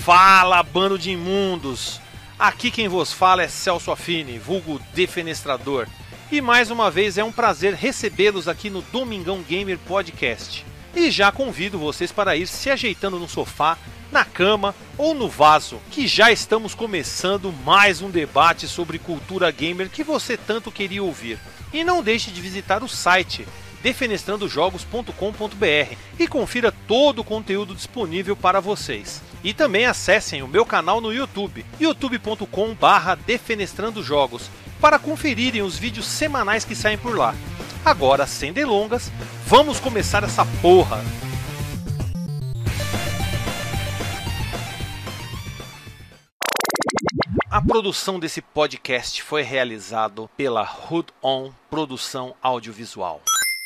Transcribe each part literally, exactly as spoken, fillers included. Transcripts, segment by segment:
Fala, bando de imundos! Aqui quem vos fala é Celso Affini, vulgo Defenestrador. E mais uma vez é um prazer recebê-los aqui no Domingão Gamer Podcast. E já convido vocês para ir se ajeitando no sofá, na cama ou no vaso, que já estamos começando mais um debate sobre cultura gamer que você tanto queria ouvir. E não deixe de visitar o site defenestrando jogos ponto com ponto b r e confira todo o conteúdo disponível para vocês. E também acessem o meu canal no YouTube, youtube ponto com barra defenestrando jogos, para conferirem os vídeos semanais que saem por lá. Agora, sem delongas, vamos começar essa porra! A produção desse podcast foi realizada pela Hood On Produção Audiovisual.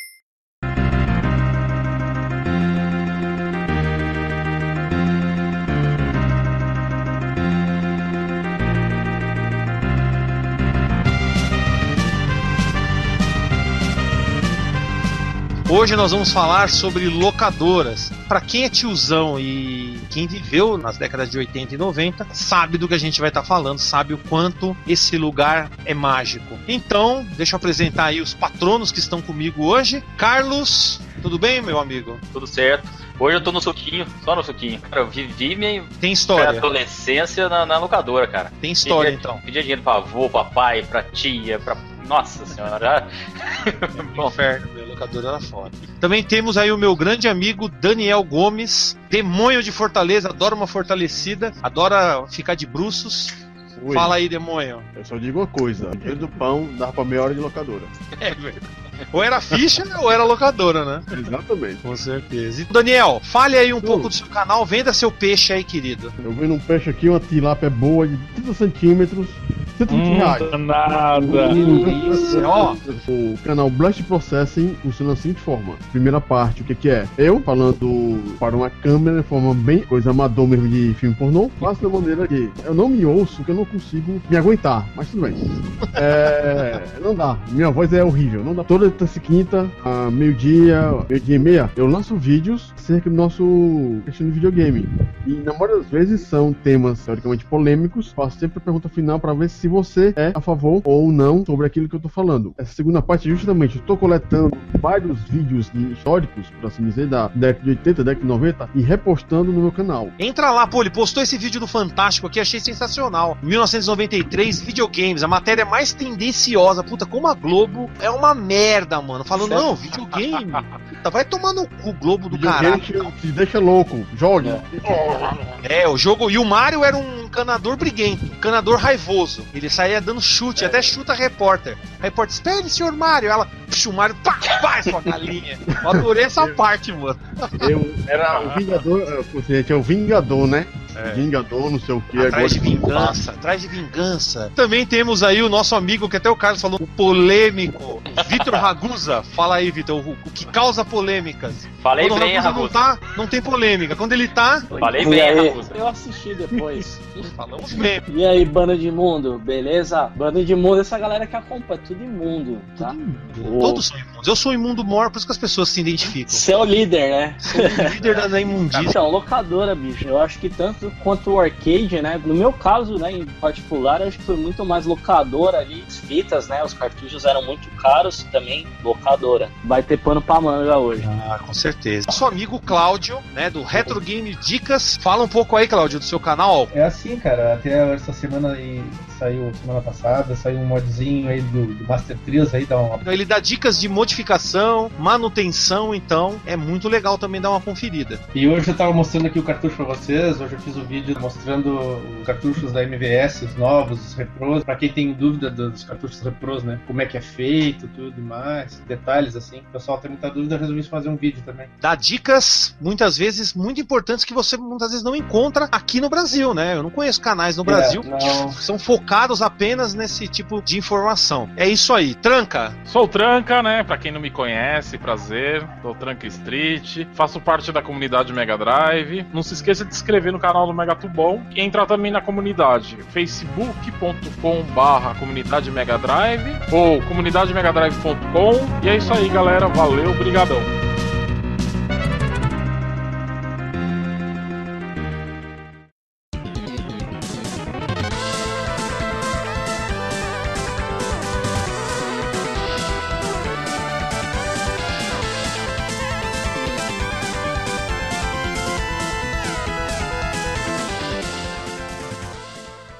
Hoje nós vamos falar sobre locadoras. Para quem é tiozão e quem viveu nas décadas de oitenta e noventa, sabe do que a gente vai estar tá falando, sabe o quanto esse lugar é mágico. Então, deixa eu apresentar aí os patronos que estão comigo hoje. Carlos, tudo bem, meu amigo? Tudo certo. Hoje eu tô no suquinho, só no suquinho. Cara, eu vivi minha Tem história. adolescência na, na locadora, cara. Tem história, pedia, então. Pedia dinheiro pra avô, papai, pra tia, pra... Nossa senhora. Bom, inferno, meu locador era foda. Também temos aí o meu grande amigo Daniel Gomes, demônio de Fortaleza, adora uma fortalecida, adora ficar de bruços. Oi. Fala aí, demônio. Eu só digo uma coisa: o dinheiro do pão dava pra meia hora de locadora. É, velho. Ou era ficha ou era locadora, né? Exatamente. Com certeza. E, Daniel, fale aí um Sim. pouco do seu canal, venda seu peixe aí, querido. Eu vendo um peixe aqui, uma tilápia boa de trinta centímetros, cento e vinte reais. Hum, nada. Isso, ó. O canal Blast Processing funciona da seguinte forma. Primeira parte, o que que é? Eu falando para uma câmera de forma bem coisa amador mesmo de filme pornô. Faço da maneira que eu não me ouço, que eu não consigo me aguentar. Mas tudo bem. É... Não dá. Minha voz é horrível. Não dá. Toda terça e quinta, a meio-dia, meio-dia e meia, eu lanço vídeos acerca do nosso questão de videogame. E na maioria das vezes são temas teoricamente polêmicos. Faço sempre a pergunta final para ver se você é a favor ou não sobre aquilo que eu tô falando. Essa segunda parte, justamente, eu tô coletando vários vídeos históricos, por assim dizer, da década de oitenta, década de noventa, e repostando no meu canal. Entra lá, pô, ele postou esse vídeo do Fantástico aqui, achei sensacional. mil novecentos e noventa e três, videogames, a matéria mais tendenciosa. Puta, como a Globo é uma merda, mano. Falando, certo? Não, videogame. Puta, vai tomar no cu, Globo do caralho. Te, te deixa louco, jogue. É. é, o jogo. E o Mario era um encanador briguento, um encanador raivoso. Ele saía dando chute, é. até chuta a repórter. A repórter, espere, senhor Mario. Ela, puxa, o Mario, pá, pá, sua galinha. Eu adorei essa parte, mano. Eu era o Vingador, você é o Vingador, né? É. Vingador, não sei o que. Atrás de vingança, atrás de vingança. Também temos aí o nosso amigo, que até o Carlos falou, o polêmico, Vitor Ragusa. Fala aí, Vitor, o, o que causa polêmicas. Falei Quando bem, o Ragusa não tá, não tem polêmica. Quando ele tá... Falei bem, Ragusa. Eu assisti depois. Falamos bem. E aí, banda de imundo, beleza? Banda de imundo, essa galera que acompanha, tudo imundo, tá? Tudo, todos são imundos. Eu sou imundo maior, por isso que as pessoas se identificam. Você é o líder, né? Sou o líder da, da imundícia. Então, locadora, bicho, eu acho que tanto quanto o arcade, né? No meu caso, né, em particular, eu acho que foi muito mais locadora ali, as fitas, né? Os cartuchos eram muito caros, também locadora. Vai ter pano pra manga hoje. Ah, com certeza. Nosso amigo Cláudio, né, do Retro Game Dicas. Fala um pouco aí, Cláudio, do seu canal. É assim, cara, até essa semana aí, saiu, semana passada, saiu um modzinho aí do, do Master Trios aí, dá uma... Ele dá dicas de modificação, manutenção, então é muito legal também dar uma conferida. E hoje eu tava mostrando aqui o cartucho pra vocês, hoje eu fiz um vídeo mostrando os cartuchos da M V S, os novos, os repros, pra quem tem dúvida dos cartuchos repros, né, como é que é feito, tudo e mais, detalhes assim. O pessoal tem muita dúvida, eu resolvi fazer um vídeo também. Dá dicas, muitas vezes, muito importantes que você muitas vezes não encontra aqui no Brasil, né? Eu não conheço canais no É, Brasil não. que são focados apenas nesse tipo de informação. É isso aí. Tranca! Sou o Tranca, né? Pra quem não me conhece, prazer. Sou o Tranca Street. Faço parte da comunidade Mega Drive. Não se esqueça de se inscrever no canal do Megatubon e entrar também na comunidade facebook ponto com barra comunidade Mega Drive ou comunidade mega drive ponto com. E é isso aí, galera. Valeu, brigadão.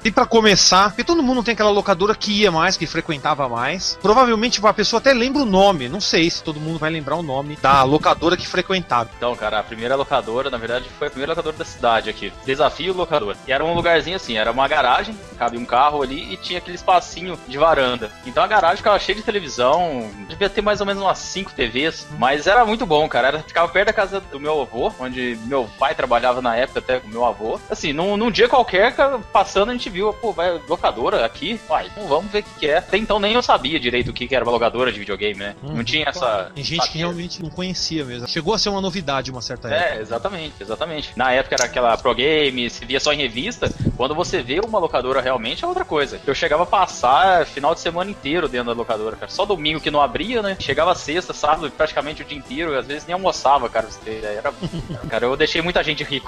E pra começar, porque todo mundo tem aquela locadora que ia mais, que frequentava mais. Provavelmente a pessoa até lembra o nome. Não sei se todo mundo vai lembrar o nome da locadora que frequentava. Então, cara, a primeira locadora, na verdade, foi a primeira locadora da cidade aqui. Desafio Locadora. E era um lugarzinho assim, era uma garagem, cabia um carro ali e tinha aquele espacinho de varanda. Então a garagem ficava cheia de televisão, devia ter mais ou menos umas cinco T Vs, mas era muito bom, cara. Era, ficava perto da casa do meu avô, onde meu pai trabalhava na época até com meu avô. Assim, num, num dia qualquer, passando, a gente viu, pô, vai locadora aqui? Pai, então vamos ver o que, que é. Até então nem eu sabia direito o que, que era uma locadora de videogame, né? Hum, não tinha essa... Tem gente sabia. Que realmente não conhecia mesmo. Chegou a ser uma novidade uma certa época. É, exatamente, exatamente. Na época era aquela Pro Game, se via só em revista. Quando você vê uma locadora realmente é outra coisa. Eu chegava a passar final de semana inteiro dentro da locadora, cara. Só domingo que não abria, né? Chegava sexta, sábado, praticamente o dia inteiro. Às vezes nem almoçava, cara. Era... Cara, eu deixei muita gente rico.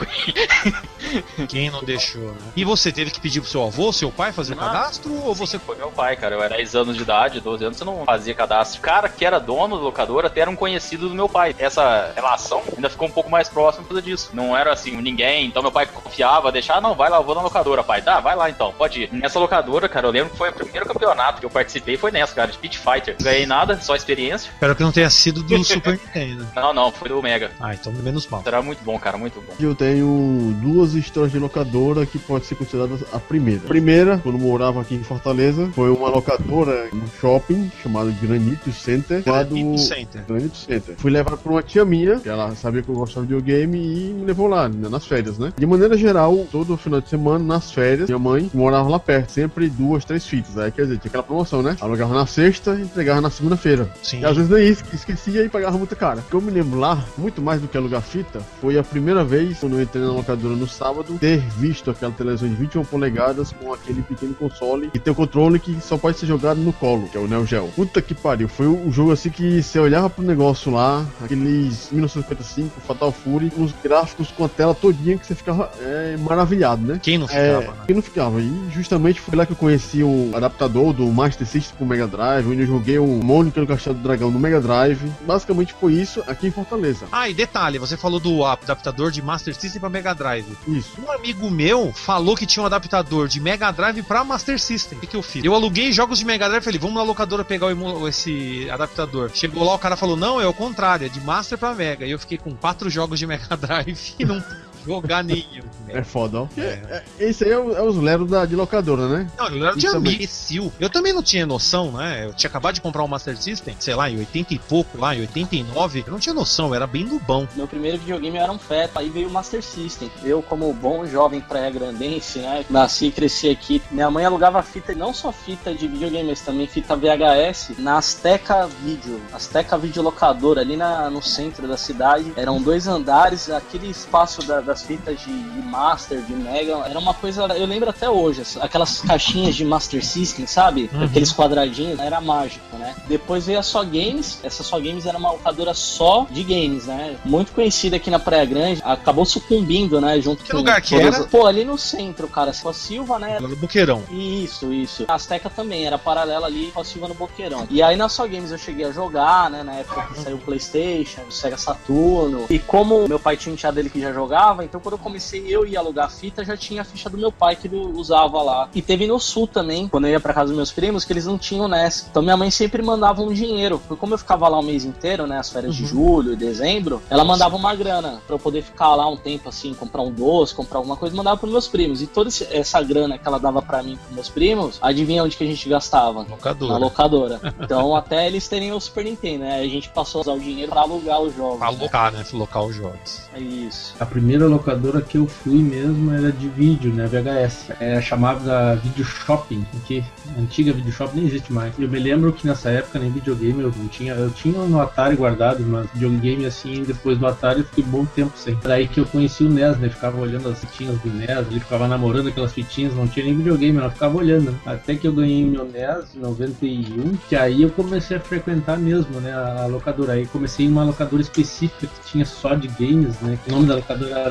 Quem não deixou, né? E você teve que pedir pro seu avô, seu pai fazer o cadastro? Ou você... Foi meu pai, cara. Eu era dez anos de idade, doze anos, você não fazia cadastro. O cara que era dono da locadora até era um conhecido do meu pai. Essa relação ainda ficou um pouco mais próxima por causa disso. Não era assim, ninguém. Então meu pai confiava, deixar, não, vai lá, eu vou na locadora, pai. Tá, vai lá então, pode ir. Nessa locadora, cara, eu lembro que foi o primeiro campeonato que eu participei, foi nessa, cara, de Pit Fighter. Não ganhei nada, só experiência. Espero que não tenha sido do Super Nintendo. Não, não, foi do Mega. Ah, então menos mal. Era muito bom, cara, muito bom. Eu tenho duas histórias de locadora que pode ser considerada a primeira. A primeira, quando eu morava aqui em Fortaleza, foi uma locadora no shopping chamado Granito Center. Granito Center. Granito Center. Fui levar pra uma tia minha, que ela sabia que eu gostava de videogame e me levou lá, né, nas férias, né? De maneira geral, todo final de semana, nas férias, minha mãe morava lá perto, sempre duas, três fitas. Aí, quer dizer, tinha aquela promoção, né? Alugava na sexta e entregava na segunda-feira. Sim. E às vezes nem isso, esquecia e pagava muita cara. O que eu me lembro lá, muito mais do que alugar fita, foi a primeira vez, quando eu entrei na locadora no sábado, ter visto aquela televisão de vinte e uma polegadas com aquele pequeno console e tem um controle que só pode ser jogado no colo, que é o Neo Geo. Puta que pariu, foi um jogo assim que você olhava pro negócio lá, aqueles mil novecentos e cinquenta e cinco, Fatal Fury, uns gráficos com a tela todinha que você ficava é, maravilhado, né? Quem não ficava, é, né? Quem não ficava. E justamente foi lá que eu conheci o adaptador do Master System pro Mega Drive, onde eu joguei o Mônica no Castelo do Dragão no Mega Drive. Basicamente foi isso aqui em Fortaleza. Ah, e detalhe, você falou do adaptador de Master System pra Mega Drive. Isso. Um amigo meu falou que tinha um adaptador de Mega Drive pra Master System. O que, que eu fiz? Eu aluguei jogos de Mega Drive e falei, vamos na locadora pegar o, esse adaptador. Chegou lá, o cara falou, não, é o contrário, é de Master pra Mega. E eu fiquei com quatro jogos de Mega Drive e não jogar nenhum. É foda, ó. É. É, é, esse aí é, o, é os leros da, de locadora, né? Não, eu era de Isso imbecil. Eu também não tinha noção, né? Eu tinha acabado de comprar um Master System, sei lá, em oitenta e pouco, lá em oitenta e nove. Eu não tinha noção, eu era bem nubão. Meu primeiro videogame era um feto, aí veio o Master System. Eu, como bom jovem praia-grandense, né? Nasci e cresci aqui. Minha mãe alugava fita, não só fita de videogame, mas também fita V H S na Azteca Video. Azteca Videolocadora, ali na, no centro da cidade. Eram dois andares, aquele espaço da, das fitas de, de Master, de Mega, era uma coisa, eu lembro até hoje, aquelas caixinhas de Master System, sabe? Uhum. Aqueles quadradinhos, era mágico, né? Depois veio a Só Games, essa Só Games era uma locadora só de games, né? Muito conhecida aqui na Praia Grande, acabou sucumbindo, né? Junto que com lugar que todas... era? Pô, ali no centro, cara, Só Silva, né? No Boqueirão. Isso, isso. A Azteca também, era paralela ali, Só Silva no Boqueirão. E aí na Só Games eu cheguei a jogar, né? Na época que saiu o PlayStation, o Sega Saturno. E como meu pai tinha um tia dele que já jogava, então quando eu comecei eu ia alugar a fita, já tinha a ficha do meu pai que ele usava lá. E teve no Sul também, quando eu ia pra casa dos meus primos, que eles não tinham N E S. Então minha mãe sempre mandava um dinheiro, porque como eu ficava lá o mês inteiro, né, as férias uhum. de julho e dezembro, ela mandava uma grana pra eu poder ficar lá um tempo assim, comprar um doce, comprar alguma coisa, mandava pros meus primos. E toda essa grana que ela dava pra mim e pros meus primos, adivinha onde que a gente gastava? Locadora. Na locadora. Então até eles terem o Super Nintendo, né, a gente passou a usar o dinheiro pra alugar os jogos. Pra alocar, né, locar os jogos. É isso. A primeira locadora que eu fui mesmo era de vídeo, né, V H S. É chamada Video Shopping, que a antiga Video Shopping nem existe mais. Eu me lembro que nessa época nem videogame eu não tinha. Eu tinha no Atari guardado, mas videogame assim, depois do Atari eu fiquei bom tempo sem. Era aí que eu conheci o N E S, né, ficava olhando as fitinhas do N E S, ele ficava namorando aquelas fitinhas, não tinha nem videogame, eu ficava olhando. Até que eu ganhei meu N E S em noventa e um, que aí eu comecei a frequentar mesmo, né, a locadora. Aí comecei em uma locadora específica que tinha só de games, né, que o nome da locadora era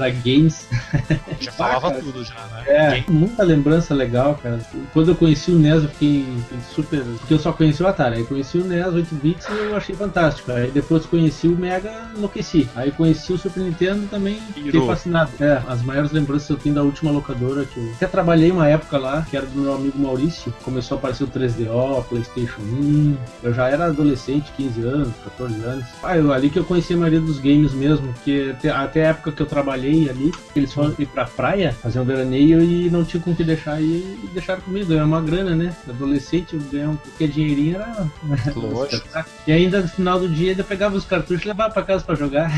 era Games. Já falava Ah, cara, tudo já, né? É, Game- muita lembrança legal, cara. Quando eu conheci o N E S, eu fiquei fiquei super. Porque eu só conheci o Atari. Aí conheci o N E S oito bits e eu achei fantástico. Aí depois conheci o Mega, enlouqueci. Aí conheci o Super Nintendo também, fiquei Pirou. fascinado. É, as maiores lembranças que eu tenho da última locadora que eu até trabalhei uma época lá, que era do meu amigo Maurício. Começou a aparecer o três D O, PlayStation um. Eu já era adolescente, quinze anos, catorze anos. Ah, eu, ali que eu conheci a maioria dos games mesmo, porque até, até a época que eu trabalhei ali, eles foram ir pra praia, fazer um veraneio e não tinha com o que deixar e deixaram comigo, ganhar uma grana, né? Adolescente, ganhar um qualquer dinheirinho era. Lógico. E ainda no final do dia ainda pegava os cartuchos e levava pra casa pra jogar.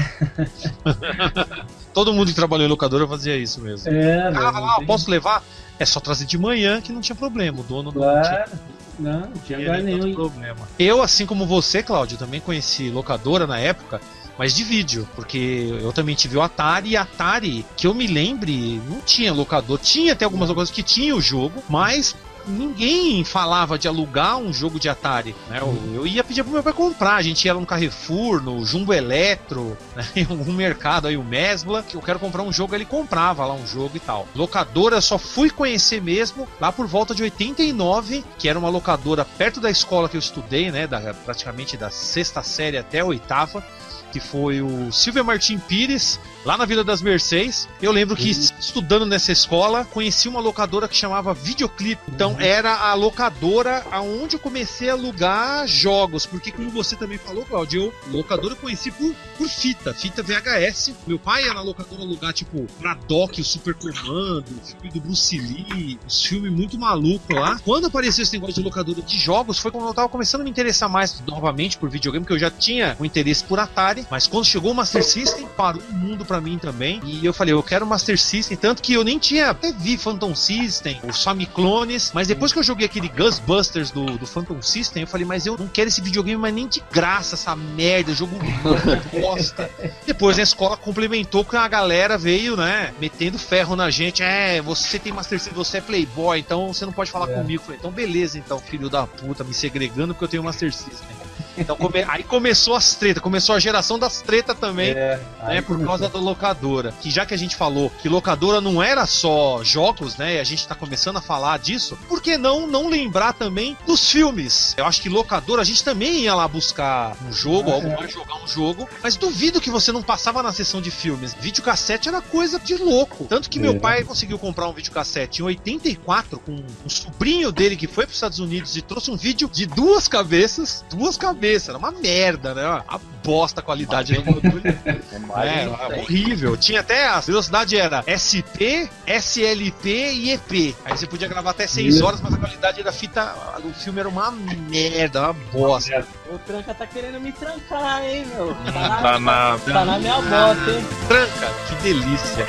Todo mundo que trabalhou em locadora fazia isso mesmo. É, Ah, não lá, tem- posso levar? É só trazer de manhã que não tinha problema. O dono não tinha, Claro, não, não tinha lugar nem tanto nenhum. problema. Eu, assim como você, Cláudio, também conheci locadora na época, mas de vídeo, porque eu também tive o Atari, e Atari, que eu me lembre, não tinha locador. Tinha até algumas locadoras que tinha o jogo, mas ninguém falava de alugar um jogo de Atari, né? Eu, eu ia pedir pro meu pai comprar, a gente ia lá no Carrefour, no Jumbo Eletro, né? Em algum mercado aí, o Mesbla, que eu quero comprar um jogo, ele comprava lá um jogo e tal. Locadora eu só fui conhecer mesmo lá por volta de oitenta e nove, que era uma locadora perto da escola que eu estudei, né? Da, praticamente da sexta série até a oitava, que foi o Silvia Martim Pires, lá na Vila das Mercês. Eu lembro que Uhum. estudando nessa escola, conheci uma locadora que chamava Videoclip. Então era a locadora aonde eu comecei a alugar jogos, porque como você também falou, Claudio, eu locadora eu conheci por, por fita, fita V H S. Meu pai ia na locadora alugar, tipo, Braddock, o Super Comando, o filme do Bruce Lee, os filmes muito malucos lá. Quando apareceu esse negócio de locadora de jogos, foi quando eu tava começando a me interessar mais novamente por videogame, porque eu já tinha um interesse por Atari, mas quando chegou o Master System, parou o mundo pra mim também, e eu falei, eu quero Master System, tanto que eu nem tinha, até vi Phantom System, os Famiclones, mas depois que eu joguei aquele Ghostbusters do, do Phantom System, eu falei, mas eu não quero esse videogame, mas nem de graça, essa merda, jogo bosta. Depois na escola complementou que a galera veio, né, metendo ferro na gente, é, você tem Master System, você é playboy, então você não pode falar É. comigo. Eu falei, então beleza, então, filho da puta, me segregando porque eu tenho Master System. Então come... aí começou as tretas, começou a geração das tretas também, É, né, aí por começou. causa da locadora. Que já que a gente falou que locadora não era só jogos, né, e a gente tá começando a falar disso, por que não não lembrar também dos filmes? Eu acho que locadora a gente também ia lá buscar um jogo, Ah, algo é. mais, jogar um jogo, mas duvido que você não passava na sessão de filmes. Videocassete era coisa de louco. Tanto que É. meu pai conseguiu comprar um videocassete em oitenta e quatro com um sobrinho dele que foi pros Estados Unidos e trouxe um vídeo de duas cabeças, duas cabeças, era uma merda, né? Uma bosta a qualidade do bagulho. É mais É, um era trem. horrível. Tinha até a velocidade era S P, S L P e E P. Aí você podia gravar até seis horas, mas a qualidade da fita, do filme era uma merda, uma bosta. O Tranca tá querendo me trancar, hein, meu? Tá Tá na, nada. tá na minha bota, hein? Tranca, que delícia.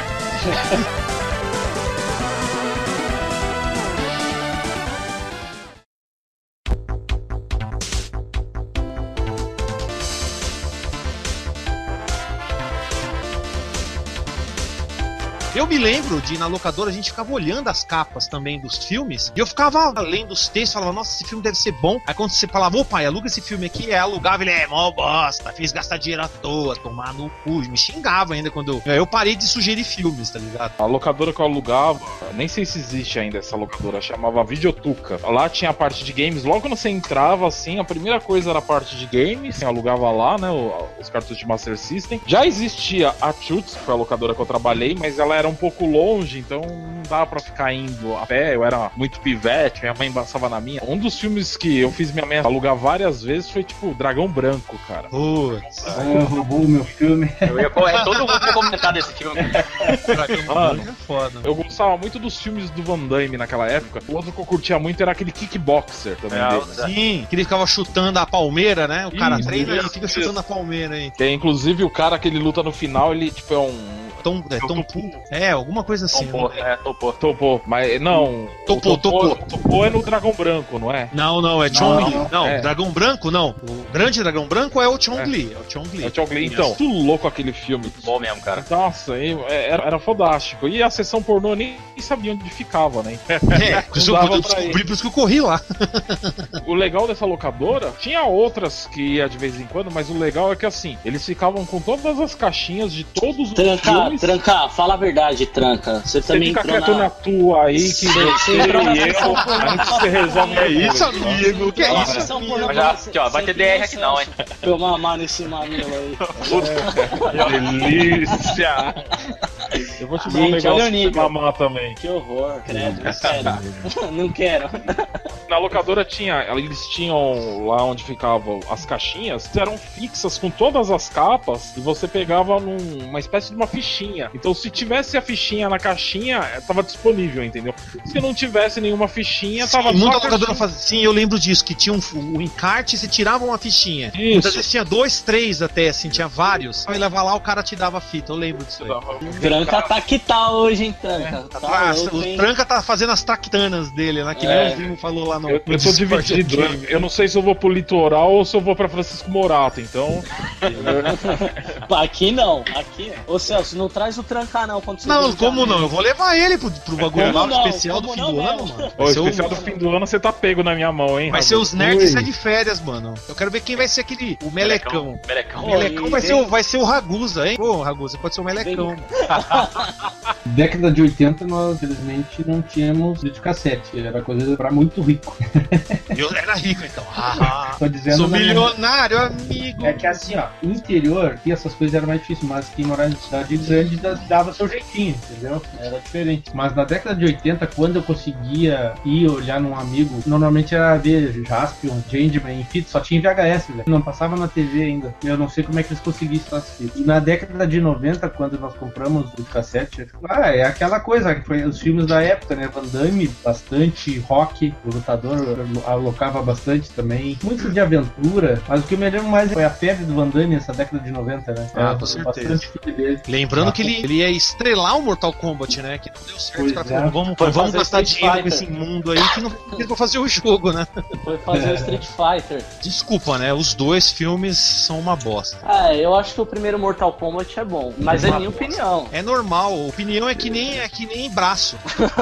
Eu me lembro de, na locadora, a gente ficava olhando as capas também dos filmes, e eu ficava lendo os textos, falava, nossa, esse filme deve ser bom. Aí quando você falava, ô pai, aluga esse filme aqui, é alugava, ele é mó bosta, fez gastar dinheiro à toa, tomar no cu, me xingava ainda quando eu... Eu parei de sugerir filmes, tá ligado? A locadora que eu alugava, nem sei se existe ainda essa locadora, chamava Videotuca. Lá tinha a parte de games, logo quando você entrava, assim, a primeira coisa era a parte de games, eu alugava lá, né, os cartuchos de Master System. Já existia a Chutz, que foi a locadora que eu trabalhei, mas ela era um pouco longe, então não dava pra ficar indo a pé, eu era muito pivete, minha mãe embaçava na minha. Um dos filmes que eu fiz minha mãe alugar várias vezes foi, tipo, Dragão Branco, cara. Putz, Ah, roubou o meu filme. Eu ia correr todo mundo pra comentar desse filme. Dragão é foda. Eu gostava muito dos filmes do Van Damme naquela época. O outro que eu curtia muito era aquele Kickboxer também É, dele. o- Sim, que ele ficava chutando a palmeira, né? O cara Isso, treina e isso, fica isso. chutando a palmeira aí. Que é, inclusive o cara que ele luta no final, ele tipo é um. Tom, é, tom, é, alguma coisa assim. Topou, né? é, topou. Topou, mas não. Topou, o topou. Topou é no Dragão Branco, não é? Não, não, é Chong Li. Não, é. Dragão Branco não. O grande Dragão Branco é o Chong É. Li. É o Chong Li. É o Chong Li. Então, tudo louco aquele filme. Muito bom mesmo, cara. Nossa, e- é, era, era fodástico. E a sessão pornô eu nem sabia onde ficava, né? É, isso eu dava eu pra descobri, por isso que eu corri lá. O legal dessa locadora, tinha outras que ia de vez em quando, mas o legal é que assim, eles ficavam com todas as caixinhas de todos os Tranca, filmes. Tranca, fala a verdade, Tranca. Você, Você também fica entrou quieto na... na tua aí, que Você- você você entrou na e eu, sessão pornô. a gente se resolve. É isso, depois, tá? amigo? Que é Na isso? sessão amigo? pornô, Mas já- você- aqui, ó, vai você ter queria D R aqui não, hein? Pra eu mamar nesse mamilo aí. Delícia! Eu vou te dar um Gente, negócio olha o pra você nível. mamar também. Que horror, credo, não quero. Não quero. Na locadora tinha, eles tinham lá onde ficavam as caixinhas, eram fixas com todas as capas e você pegava numa espécie de uma fichinha. Então se tivesse a fichinha na caixinha, tava disponível, entendeu? Se não tivesse nenhuma fichinha, tava Sim, só muita a locadora caixinha. fazia. Sim, eu lembro disso, que tinha um, o encarte, você tirava uma fichinha. Isso. Muitas vezes tinha dois, três até, assim, tinha vários. Aí leva lá, o cara te dava a fita, eu lembro disso aí. Tranca tá que tá hoje, hein, Tranca? Tá Ah, louco, o hein? Tranca tá fazendo as tractanas dele, né? Que É. nem o Vimo falou lá no. Eu, no eu tô Discord dividido, aqui. eu não sei se eu vou pro litoral ou se eu vou pra Francisco Morato, então. Aqui não, aqui não. Ô Celso, não traz o Tranca não quando você Não, vem de como janeiro. não? Eu vou levar ele pro, pro bagulho lá, Como o não? especial do Como fim não do ano, mesmo? mano. O Vai ser especial o- do fim do ano você tá pego na minha mão, hein? Vai ser Rabu? os nerds Oi. que sai de férias, mano. Eu quero ver quem vai ser aquele. O Melecão. Melecão. O Melecão Oi, vai, vem. ser o, vai ser o Ragusa, hein? Ô, Ragusa, pode ser o Melecão. Década de oitenta, nós, infelizmente, não tínhamos videocassete. Era coisa pra muito rico. Eu era rico, então. Ah, Tô dizendo sou na minha- milionário, amigo. É que assim, ó, interior, que essas coisas eram mais difíceis, mas quem morava em cidade grande da- dava seu jeitinho, entendeu? Era diferente. Mas na década de oitenta, quando eu conseguia ir olhar num amigo, normalmente era ver Jaspion, Changeman em fita, só tinha em V H S, velho. Não passava na T V ainda. Eu não sei como é que eles conseguiam essas fitas. E na década de noventa, quando nós compramos o cassete, ah, é aquela coisa, que foi os filmes da época, né? Van Damme, bastante rock, o lutador alocava bastante também. Muito de aventura, mas o que eu me lembro mais foi a febre do Van Damme nessa década de noventa, né? Ah, É, com certeza. bastante filme dele. Lembrando Ah, que ele, ele ia estrelar o Mortal Kombat, né? Que não deu certo. Pois Cara, é. falou, vamos, Foi vamos fazer gastar Street dinheiro com Fighter. esse mundo aí que não eles vão fazer o jogo, né? Foi fazer o Street Fighter. Desculpa, né? Os dois filmes são uma bosta. Ah, eu acho que o primeiro Mortal Kombat é bom, mas é minha opinião. É normal, opinião é que nem, é que nem braço.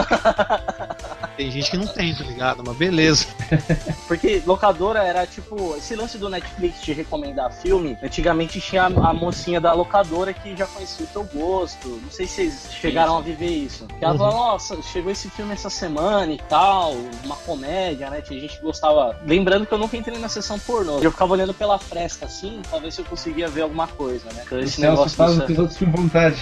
Tem gente que não tem, tá ligado? Mas beleza. Porque locadora era tipo, esse lance do Netflix de recomendar filme, antigamente tinha a, a mocinha da locadora que já conhecia o teu gosto. Não sei se vocês chegaram a viver isso. Que ela falava, nossa, chegou esse filme essa semana e tal, uma comédia, né? Tinha gente que gostava. Lembrando que eu nunca entrei na sessão pornô. Eu ficava olhando pela fresta assim, pra ver se eu conseguia ver alguma coisa, né? Então O esse Celso negócio faz do o que os outros têm vontade.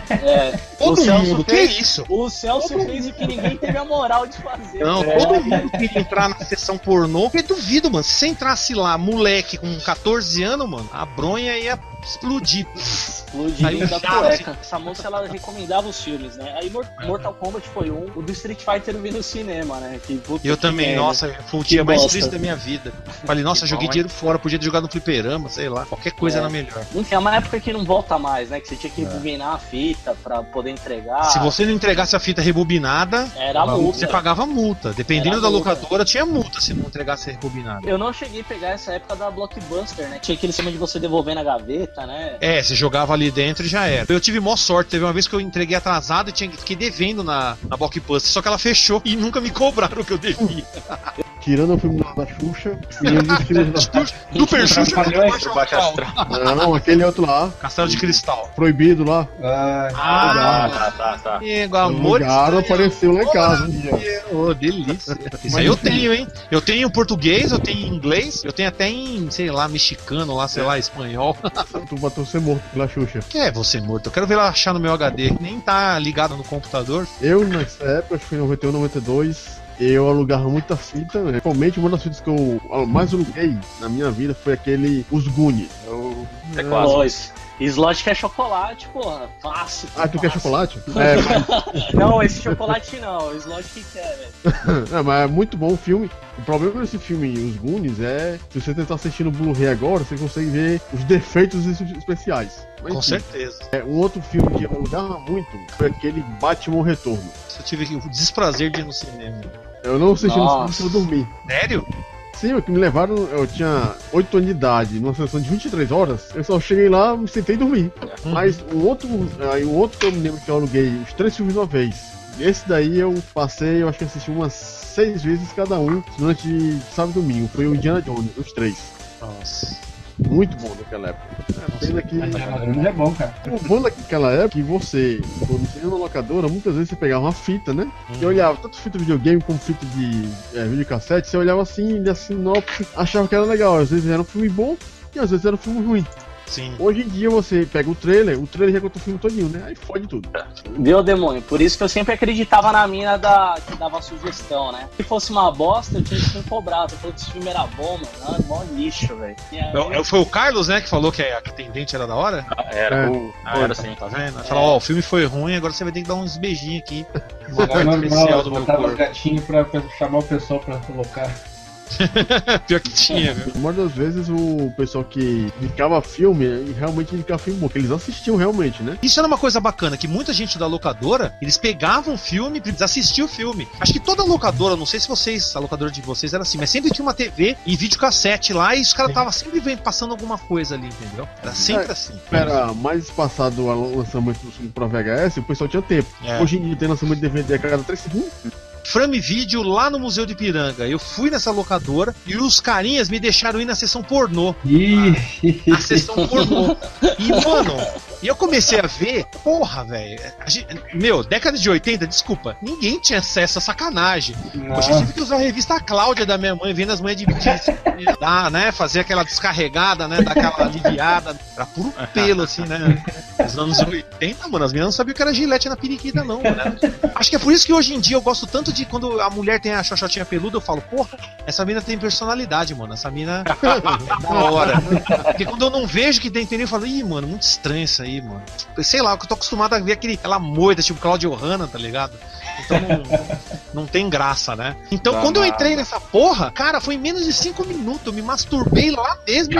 É, Todo o Celso mundo, que fez- isso? O Celso fez o que ninguém teve a moral de fazer. Não, É. todo mundo queria entrar na sessão pornô. Eu duvido, mano. Se você entrasse lá, moleque, com catorze anos, mano, a bronha ia explodir. Explodiu Aí o da Chaves- cueca. Essa moça, ela recomendava os filmes, né? Aí Mor- Mortal Kombat foi um. O do Street Fighter eu vi no cinema, né? Que, puta Eu que também, merda. nossa, foi o dia Que mais bosta. triste da minha vida. Falei, nossa, joguei dinheiro fora, podia ter jogado no fliperama, sei lá, qualquer coisa É. era melhor. Enfim, é uma época que não volta mais, né? Que você tinha que rebobinar a fita pra poder entregar. Se você não entregasse a fita rebobinada, Era multa. você pagava multa. Dependendo Era da multa. locadora, tinha multa se não entregasse a rebobinada. Eu não cheguei a pegar essa época da Blockbuster, né? Tinha aquele sistema de você devolver na gaveta, né? É, você jogava ali dentro e já era. Eu tive mó sorte, teve uma vez que eu entreguei atrasado e tinha, fiquei devendo na, na Blockbuster, só que ela fechou e nunca me cobraram o que eu devia. Tirando o filme da, da Xuxa e os filmes da... Super Xuxa Trapalhões, Baixo Baixo Astral. Astral. Não, aquele outro lá, Castelo de Cristal. proibido lá. Ah, Ah, Tá, tá, tá. Amigo, amor Lugar estranho. apareceu lá em casa um dia. Ô, delícia. Isso aí eu tenho, hein? Eu tenho em português, eu tenho em inglês, eu tenho até em, sei lá, mexicano lá, sei lá, espanhol. Tu botou ser morto pela Xuxa. Que é você morto? Eu quero ver ela achar no meu H D. Nem tá ligado no computador. Eu, nessa época, acho que foi em noventa e um, noventa e dois, eu alugava muita fita, né? Principalmente uma das fitas que eu mais aluguei na minha vida foi aquele Os Goonies. Eu... É clássico. Pois. Slot quer chocolate, porra. Clássico. Ah, tu quer clássico. chocolate? É, mas, Não, esse chocolate não. O Slot que quer, velho. é, mas é muito bom o filme. O problema desse filme, Os Goonies, é se você tentar assistir no Blu-ray agora, você consegue ver os defeitos especiais. Mas, Com enfim, certeza. é, um outro filme que eu alugava muito foi aquele Batman Retorno. Eu tive o desprazer de ir no cinema. Eu não assisti no Nossa. cinema, eu dormi. Sério? Sim, o que me levaram, eu tinha oito anos de idade, numa sessão de vinte e três horas, eu só cheguei lá, me sentei e dormi. Mas um outro, aí um outro que eu me lembro que eu aluguei, os três filmes de uma vez. Esse daí eu passei, eu acho que assisti umas seis vezes cada um durante sábado e domingo. Foi o Indiana Jones, os três. Nossa. Muito bom naquela época. É, pena que... Mas a grana é bom, cara. O bom daquela época que você, quando você ia na locadora, muitas vezes você pegava uma fita, né? Hum. E olhava tanto fita de videogame como fita de é, videocassete, você olhava assim, e assim, sinopse, achava que era legal. Às vezes era um filme bom e às vezes era um filme ruim. Sim. Hoje em dia você pega o trailer, o trailer já conta o filme todinho, né? Aí fode tudo. Viu, demônio? Por isso que eu sempre acreditava na mina da, que dava sugestão, né? Se fosse uma bosta, eu tinha que me cobrar. Eu falei que esse filme era bom, mano. Não, mó lixo, velho. Aí... Foi o Carlos, né, que falou que a Tendente era da hora? Ah, era, é. o... ah, era sim. Tá vendo? Ela falou, ó, o filme foi ruim, agora você vai ter que dar uns beijinhos aqui. Uma parte especial do meu corpo. O gatinho pra chamar o pessoal pra colocar. Pior que tinha, viu? Uma das vezes o pessoal que indicava filme, e realmente indicava filme bom, que eles assistiam realmente, né? Isso era uma coisa bacana, que muita gente da locadora, eles pegavam o filme e assistiam o filme. Acho que toda locadora, não sei se vocês, a locadora de vocês era assim, mas sempre tinha uma T V e videocassete lá e os caras estavam sempre vendo, passando alguma coisa ali, entendeu? Era sempre é, assim. Era mais passado o lançamento do filme pra V H S, o pessoal tinha tempo. É. Hoje em dia tem lançamento de D V D a cada três segundos. Frame Video lá no Museu de Ipiranga. Eu fui nessa locadora e os carinhas me deixaram ir na sessão pornô. A, a sessão pornô. E, mano, eu comecei a ver, porra, velho. Meu, década de oitenta, desculpa, ninguém tinha acesso a sacanagem. Hoje eu tive que usar a revista Cláudia da minha mãe, vendo as mães dividir, dar, né? Fazer aquela descarregada, né? Dar aquela aliviada. Era puro pelo, assim, né? Nos anos oitenta, mano, as meninas não sabiam que era gilete na periquita, não, mano. Acho que é por isso que hoje em dia eu gosto tanto de quando a mulher tem a xoxotinha peluda, eu falo, porra, essa mina tem personalidade, mano. Essa mina é da hora. Porque quando eu não vejo que tem entendeu, eu falo, ih, mano, muito estranho isso aí, mano. Sei lá, eu tô acostumado a ver aquele, aquela moita, tipo Claudio Hanna, tá ligado? Então não, não tem graça, né? Então, quando eu entrei nessa porra, cara, foi em menos de cinco minutos. Eu me masturbei lá mesmo.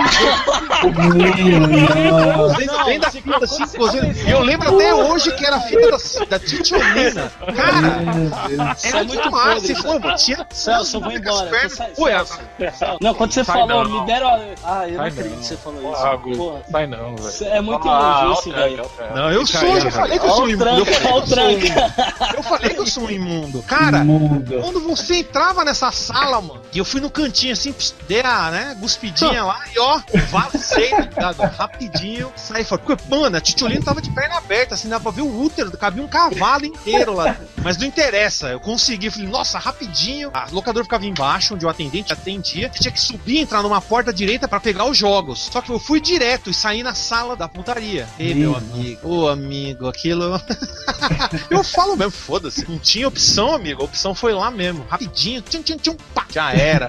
E eu lembro até hoje que era a fita da, da Titiolina. Cara, era muito massa. Você foi, mano. Tinha. Celso, eu vou embora. Pô, é... Não, quando você Sai falou, não. me deram. A... Ah, eu Sai não acredito não. que você falou Pago. isso. Porra. Sai não, velho. É muito Ah, elogio esse, ok, velho. ok. Não, eu sou, eu já falei que eu sou imundo. Eu falei que eu sou imundo. Eu falei que eu sou um imundo. Cara, Imundo. quando você entrava nessa sala, mano, e eu fui no cantinho assim, dei a, né, guspidinha lá e ó, vazei, tá ligado? Rapidinho, saí fora. Porque, mano, a Titiolina tava de perna aberta, assim, dava pra ver o útero, cabia um cavalo inteiro lá. Mas não interessa, eu consegui, falei, nossa, rapidinho. A locadora ficava embaixo, onde o atendente atendia, tinha que subir e entrar numa porta direita pra pegar os jogos. Só que eu fui direto e saí na sala da putaria. Ei, meu amigo, ô amigo, aquilo. Eu falo mesmo, foda-se. Não tinha opção, amigo. A opção foi lá mesmo. Rapidinho, tchum, tchum, tchum, pá, já era.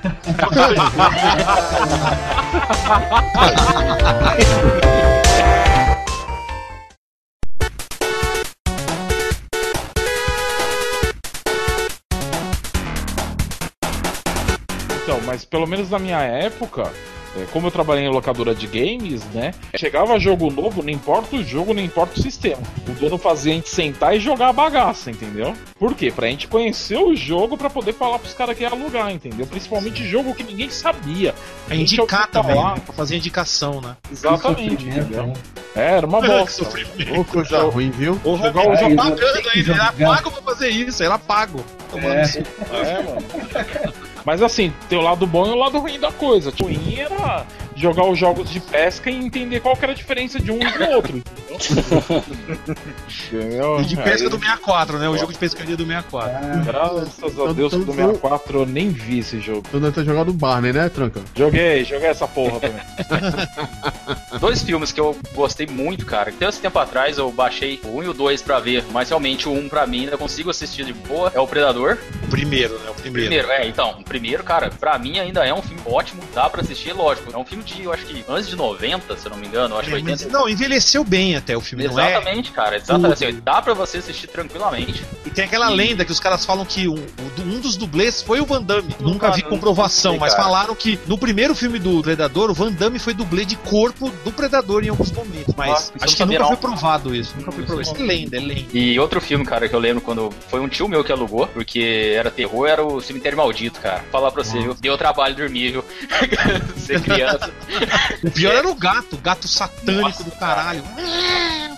Então, mas pelo menos na minha época, é, como eu trabalhei em locadora de games, né? Chegava jogo novo, não importa o jogo, não importa o sistema. O dono fazia a gente sentar e jogar a bagaça, entendeu? Por quê? Pra gente conhecer o jogo pra poder falar pros caras que ia alugar, entendeu? Principalmente jogo que ninguém sabia. É indicar também, né? Pra fazer indicação, né? Exatamente, entendeu? É, era uma bosta. Ô, coisa ruim, viu? Porra, Jogar o ela jogo- pagando ainda, ela paga pra fazer isso, ela pago. É. É, mano. Mas assim, tem o lado bom e o lado ruim da coisa. O ruim era jogar os jogos de pesca e entender qual que era a diferença de um e do outro. Entendeu? E de pesca Aí, do sessenta e quatro, né? O jogo de pescaria do sessenta e quatro. Graças a Deus que do sessenta e quatro eu nem vi esse jogo. Tu deve ter jogado Barney, né, Tranca? Joguei, joguei essa porra também. Dois filmes que eu gostei muito, cara. Até esse tempo atrás eu baixei o um e o dois pra ver, mas realmente o um pra mim ainda consigo assistir de boa. É o Predador. O primeiro, né? O primeiro. Primeiro, é, então, o primeiro, cara, pra mim ainda é um filme ótimo, dá pra assistir, lógico. É um filme de, eu acho que, antes de noventa, se eu não me engano, eu acho que É, mas, oitenta. não, envelheceu bem até o filme, não é? Exatamente, cara, exatamente. Assim, dá pra você assistir tranquilamente. E tem aquela lenda que os caras falam que um, um dos dublês foi o Van Damme. Nunca vi não comprovação, sei, mas cara. falaram que no primeiro filme do Predador, o Van Damme foi dublê de corpo do Predador em alguns momentos. Mas Nossa, isso acho eu que não sabia, nunca não. foi provado isso. Nunca foi provado. Isso é lenda, é lenda. E outro filme, cara, que eu lembro quando foi um tio meu que alugou, porque era terror, era o Cemitério Maldito, cara. Falar pra você, viu? Deu trabalho dormir, viu? Ser criança. O pior era o gato, o gato satânico Nossa, do caralho.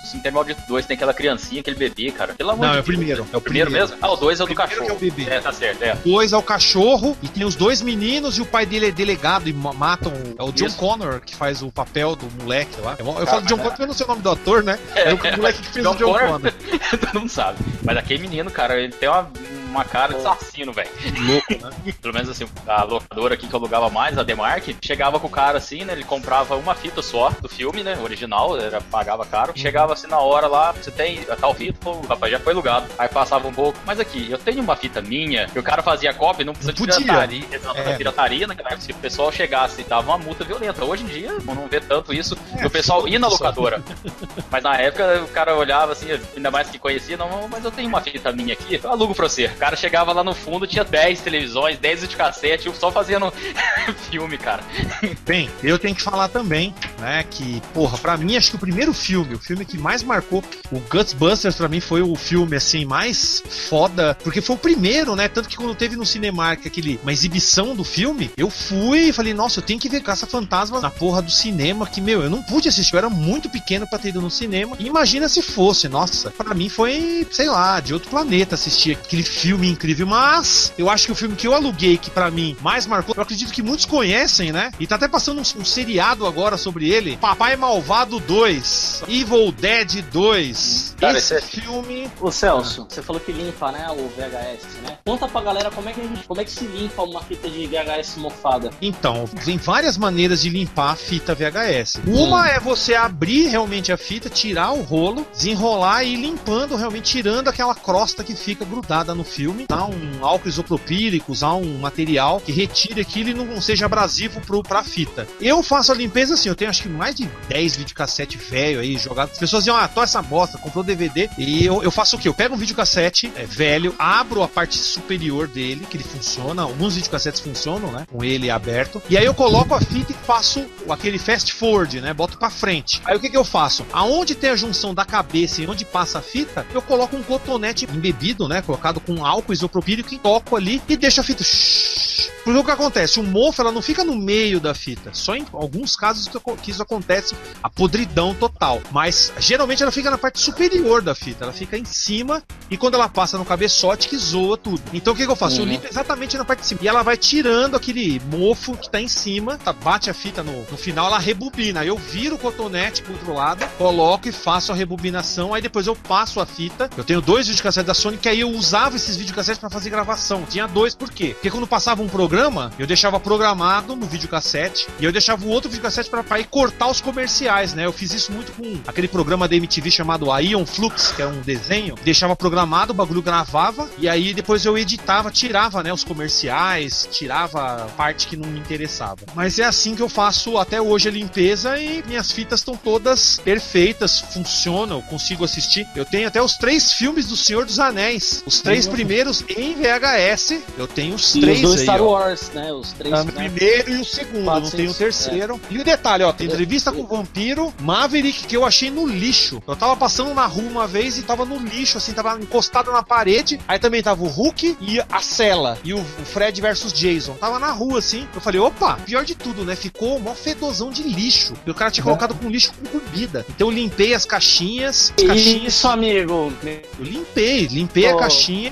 Cemitério Maldito dois tem aquela criancinha, aquele bebê, cara. Pelo amor Não, de é o Deus. primeiro. É o primeiro mesmo? Ah, o dois é o do Primeiro cachorro. que é o bebê. É, tá certo, é. Dois é o cachorro e tem os dois meninos e o pai dele é delegado e ma- matam. É o John Isso. Connor que faz o papel do moleque lá. Eu, eu Cara, falo John mas Connor porque eu não sei o nome do ator, né? É, o moleque que fez John o John Connor. Connor. Todo mundo sabe. Mas aquele menino, cara, ele tem uma, uma cara de assassino, velho. Louco, né? Pelo menos assim, a locadora aqui que eu alugava mais, a Demark, chegava com o cara assim, né? Ele comprava uma fita só do filme, né? Original, era, pagava caro. Chegava assim na hora lá, você tem a tal fita, pô, rapaz, já foi alugado. Aí passava um pouco, mas aqui, eu tenho uma fita minha, que o cara fazia cópia, não precisa Não de podia. pirataria, exato, É. pirataria, né? Se o pessoal chegasse e dava uma multa violenta. Hoje em dia, não vê tanto isso, É, o pessoal ia na foda-se. locadora. Mas na época, o cara olhava assim, ainda mais que conhecia, não, mas eu tenho uma fita minha aqui, eu alugo pra você. O cara chegava lá no fundo, tinha dez televisões, dez videocassete, só fazendo filme, cara. Bem, eu tenho que falar também, né, que, porra, pra mim, acho que o primeiro filme, o filme que mais marcou, o Ghostbusters, pra mim, foi o filme, assim, mais foda, porque foi o primeiro, né, tanto que quando teve no Cinemark aquele, uma exibição do filme, eu fui e falei, nossa, eu tenho que ver Caça-Fantasma na porra do cinema, que, meu, eu não pude assistir, eu era muito pequeno pra ter ido no cinema, e imagina se fosse, nossa, pra mim foi, sei lá, de outro planeta assistir aquele filme incrível, mas eu acho que o filme que eu aluguei, que pra mim mais marcou, eu acredito que muitos conhecem, né? E tá até passando um, um seriado agora sobre ele, Papai Malvado dois, Evil Dead dois. Cara, Esse esse é- filme... Ô Celso, você falou que limpa, né, o V H S, né? Conta pra galera como é que a gente, como é que se limpa uma fita de V H S mofada. Então, tem várias maneiras de limpar a fita V H S. Uma Hum. é você abrir realmente a fita, tirar o rolo, desenrolar e ir limpando, realmente tirando aquela crosta que fica grudada no filme. Usar um álcool isopropílico, usar um material que retire aquilo e não seja abrasivo pro, pra fita. Eu faço a limpeza assim, eu tenho acho que mais de dez videocassete velho aí jogado. As pessoas dizem, ah, tô essa bosta, comprou D V D. E eu, eu faço o quê? Eu pego um videocassete é, velho, abro a parte superior dele, que ele funciona, alguns videocassetes funcionam, né? Com ele aberto. E aí eu coloco a fita e faço aquele fast forward, né? Boto pra frente. Aí o que que eu faço? Aonde tem a junção da cabeça e onde passa a fita, eu coloco um cotonete embebido, né? Colocado com álcool isopropílico e toco ali e deixo a fita. Porque o que acontece? O mofo, ela não fica no meio da fita. Só em alguns casos que isso acontece, a podridão total. Mas geralmente ela fica na parte superior da fita. Ela fica em cima e quando ela passa no cabeçote que zoa tudo. Então o que que eu faço? Uhum. Eu limpo exatamente na parte de cima. E ela vai tirando aquele mofo que tá em cima, tá, bate a fita no, no final, ela rebobina. Aí eu viro o cotonete pro outro lado, coloco e faço a rebobinação. Aí depois eu passo a fita. Eu tenho dois videocassetes da Sony que aí eu usava esses videocassetes pra fazer gravação. Tinha dois, por quê? Porque quando passava um programa, eu deixava programado no videocassete e eu deixava o outro videocassete pra, pra ir cortar os comerciais, né? Eu fiz isso muito com aquele programa da M T V chamado Ion Flux, que é um desenho. Deixava programado, o bagulho gravava e aí depois eu editava, tirava, né, os comerciais, tirava a parte que não me interessava. Mas é assim que eu faço até hoje a limpeza e minhas fitas estão todas perfeitas, funcionam, eu consigo assistir. Eu tenho até os três filmes do Senhor dos Anéis, os três primeiros em V H S. Eu tenho os E três os dois aí, Star ó. Wars, né? Os três, Ah, o né? primeiro e o segundo, Quatro, não tem o seis, terceiro. E o detalhe, ó, tem Eu- entrevista com o vampiro, Maverick, que eu achei no lixo. Eu tava passando na rua uma vez e tava no lixo, assim, tava encostado na parede. Aí também tava o Hulk e a Cela, e o, o Fred versus Jason. Tava na rua, assim. Eu falei, opa, pior de tudo, né? Ficou mó fedozão de lixo. E o cara tinha colocado com lixo com comida. Então eu limpei as caixinhas. As caixinhas. Isso, amigo. Eu limpei, limpei a Oh. caixinha.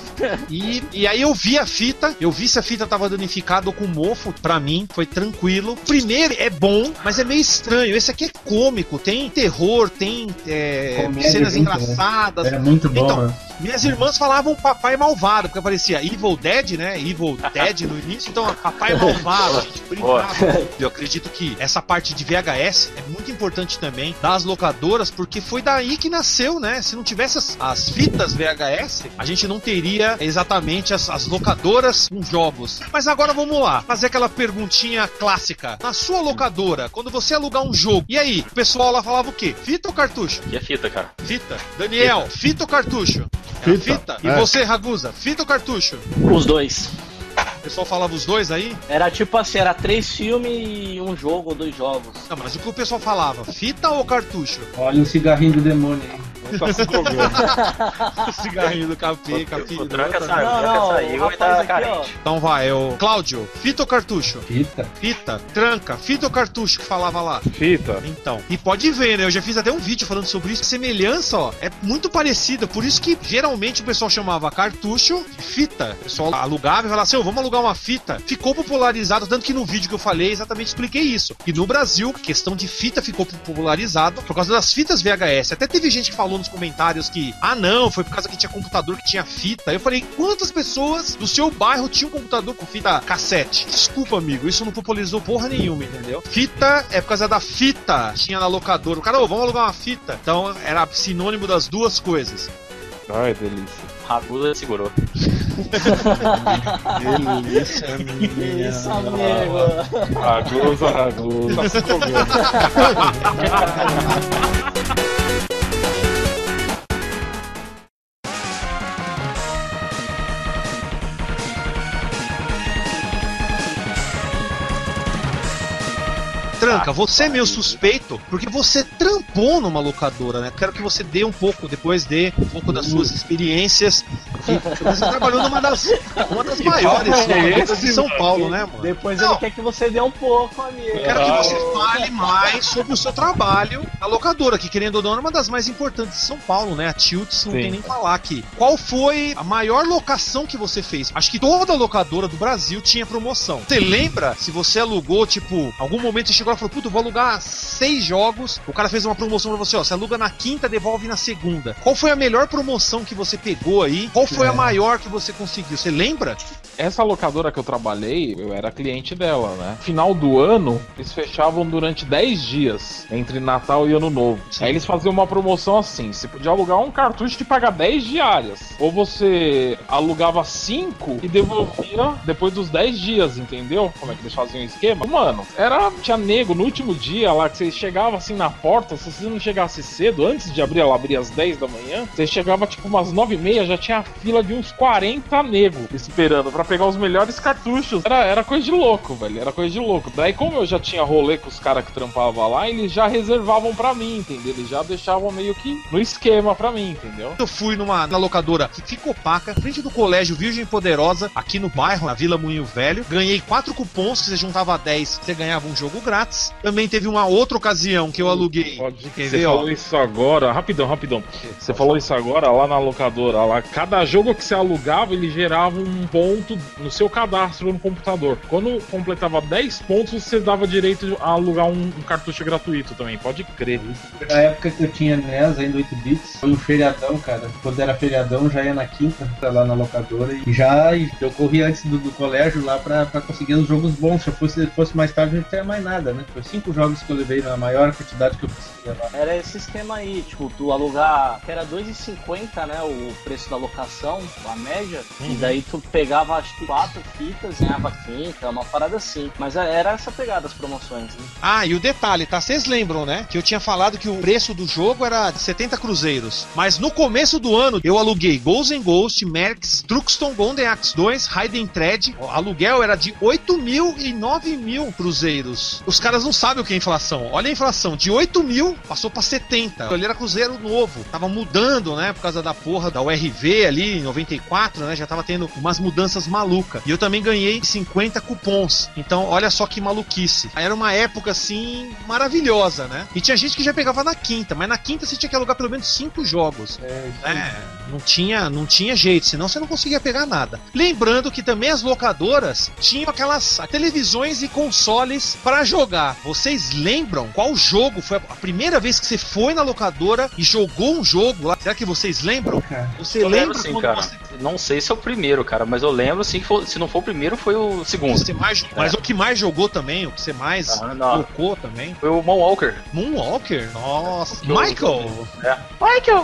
E, e aí eu vi a fita, eu vi se a fita tava danificada ou com mofo. Pra mim, foi tranquilo. O primeiro é bom, mas é meio estranho. Esse aqui é cômico, tem terror, tem é, Comédia cenas junto, né? engraçadas. É muito bom, Então, mano. minhas irmãs falavam papai malvado, porque aparecia Evil Dead, né? Evil Dead no início, então papai malvado, a gente brincava. Eu acredito que essa parte de V H S é muito importante também das locadoras, porque foi daí que nasceu, né? Se não tivesse as, as fitas V H S, a gente não teria exatamente as, as locadoras com jogos. Mas agora vamos lá, fazer aquela perguntinha clássica. Na sua locadora, quando você alugar um jogo, e aí? O pessoal lá falava o quê? Fita ou cartucho? Que é fita, cara. Fita. Daniel, fita ou cartucho? Fita. Fita. E É. você, Ragusa, fita ou cartucho? Os dois. O pessoal falava os dois aí? Era tipo assim, era três filmes e um jogo ou dois jogos. Não, mas o que o pessoal falava? Fita ou cartucho? Olha o cigarrinho do demônio aí. Não tá se drogando. O cigarrinho do Capê, Capê. O Tranca Não, saiu, o Tranca não, saiu o e rapaz tá aqui, carente. Então vai, o Cláudio, fita ou cartucho? Fita. Fita, tranca, fita ou cartucho que falava lá? Fita. Então, e pode ver, né? Eu já fiz até um vídeo falando sobre isso. A semelhança, ó, é muito parecida. Por isso que geralmente o pessoal chamava cartucho de fita. O pessoal alugava e falava assim: oh, vamos alugar uma fita. Ficou popularizado, tanto que no vídeo que eu falei exatamente expliquei isso. E no Brasil, a questão de fita ficou popularizada por causa das fitas V H S. Até teve gente que falou nos comentários que, ah, não, foi por causa que tinha computador que tinha fita. Eu falei, quantas pessoas do seu bairro tinham um computador com fita cassete? Desculpa, amigo, isso não popularizou porra nenhuma, entendeu? Fita é por causa da fita. Tinha na locadora. O cara, ô, vamos alugar uma fita. Então era sinônimo das duas coisas. Ai, delícia. Ragusa segurou. Delícia, minha. Isso, amigo. Ragusa, Ragusa. Tá se drogando. Tranca, você é meio suspeito porque você trampou numa locadora, né? Quero que você dê um pouco, depois dê um pouco das suas experiências. Que você trabalhou numa das, uma das maiores locadoras de São Paulo, né, mano? Depois Não. ele quer que você dê um pouco, amigo. Eu quero que você fale mais sobre o seu trabalho na locadora, que querendo ou não é uma das mais importantes de São Paulo, né? A Tilts, não Sim. tem nem falar aqui. Qual foi a maior locação que você fez? Acho que toda locadora do Brasil tinha promoção. Você lembra se você alugou, tipo, algum momento você chegou e falou, puta, eu vou alugar seis jogos, o cara fez uma promoção pra você, ó, você aluga na quinta, devolve na segunda. Qual foi a melhor promoção que você pegou aí? Qual foi É. a maior que você conseguiu? Você lembra? Essa locadora que eu trabalhei, eu era cliente dela, né? Final do ano, eles fechavam durante dez dias, entre Natal e Ano Novo. Sim. Aí eles faziam uma promoção assim, você podia alugar um cartucho e pagar dez diárias. Ou você alugava cinco e devolvia depois dos dez dias, entendeu? Como é que eles faziam o esquema? Mano, era, tinha nego no último dia lá, que você chegava assim na porta, se você não chegasse cedo, antes de abrir, ela abria às dez da manhã, você chegava tipo umas nove e meia, já tinha a fila de uns quarenta nego esperando pra pegar os melhores cartuchos. Era, era coisa de louco, velho, era coisa de louco. Daí como eu já tinha rolê com os caras que trampavam lá, eles já reservavam pra mim, entendeu? Eles já deixavam meio que no esquema pra mim, entendeu? Eu fui numa na locadora que fica opaca, frente do colégio Virgem Poderosa, aqui no bairro, na Vila Moinho Velho. Ganhei quatro cupons, que você juntava dez, você ganhava um jogo grátis. Também teve uma outra ocasião que eu aluguei. Pode Quer Você ver, ó? falou isso agora, rapidão, rapidão. Você falou isso agora lá na locadora. Lá, cada jogo que você alugava, ele gerava um ponto no seu cadastro no computador. Quando completava dez pontos, você dava direito a alugar um, um cartucho gratuito também, pode crer. Na época que eu tinha N E S, ainda oito bits, foi um feriadão, cara. Quando era feriadão, já ia na quinta, lá na locadora, e já eu corria antes do, do colégio lá pra, pra conseguir os jogos bons. Se eu fosse, fosse mais tarde, não teria mais nada, né? Foi cinco jogos que eu levei na maior quantidade que eu conseguia lá. Era esse esquema aí, tipo, tu alugar, que era dois reais e cinquenta, né, o preço da locação, a média, e daí tu pegava, acho que quatro fitas, ganhava quinta, uma parada assim. Mas era essa pegada as promoções, né? Ah, e o detalhe, tá? Vocês lembram, né? Que eu tinha falado que o preço do jogo era de setenta cruzeiros. Mas no começo do ano, eu aluguei Ghosts and Ghosts, Mercs, Truxton, Golden Axe dois, Raiden Thread. O aluguel era de oito mil e nove mil cruzeiros. Os caras não sabem o que é inflação. Olha a inflação, de oito mil passou pra setenta. Ele era cruzeiro novo. Tava mudando, né? Por causa da porra da U R V ali, em noventa e quatro, né? Já tava tendo umas mudanças malucas. E eu também ganhei cinquenta cupons. Então, olha só que maluquice. Era uma época, assim, maravilhosa, né? E tinha gente que já pegava na quinta, mas na quinta você tinha que alugar pelo menos cinco jogos. É, é não tinha, não tinha jeito, senão você não conseguia pegar nada. Lembrando que também as locadoras tinham aquelas televisões e consoles pra jogar. Vocês lembram qual jogo foi a primeira vez que você foi na locadora e jogou um jogo lá? Será que vocês lembram? Você Eu lembra lembro sim, quando cara. você... Não sei se é o primeiro, cara, mas eu lembro sim que foi- se não for o primeiro, foi o segundo. Você mais, mas o que mais jogou também, o que você mais Ah, não. tocou também? Foi o Moonwalker. Moonwalker? Nossa. Do- Michael! É. Michael!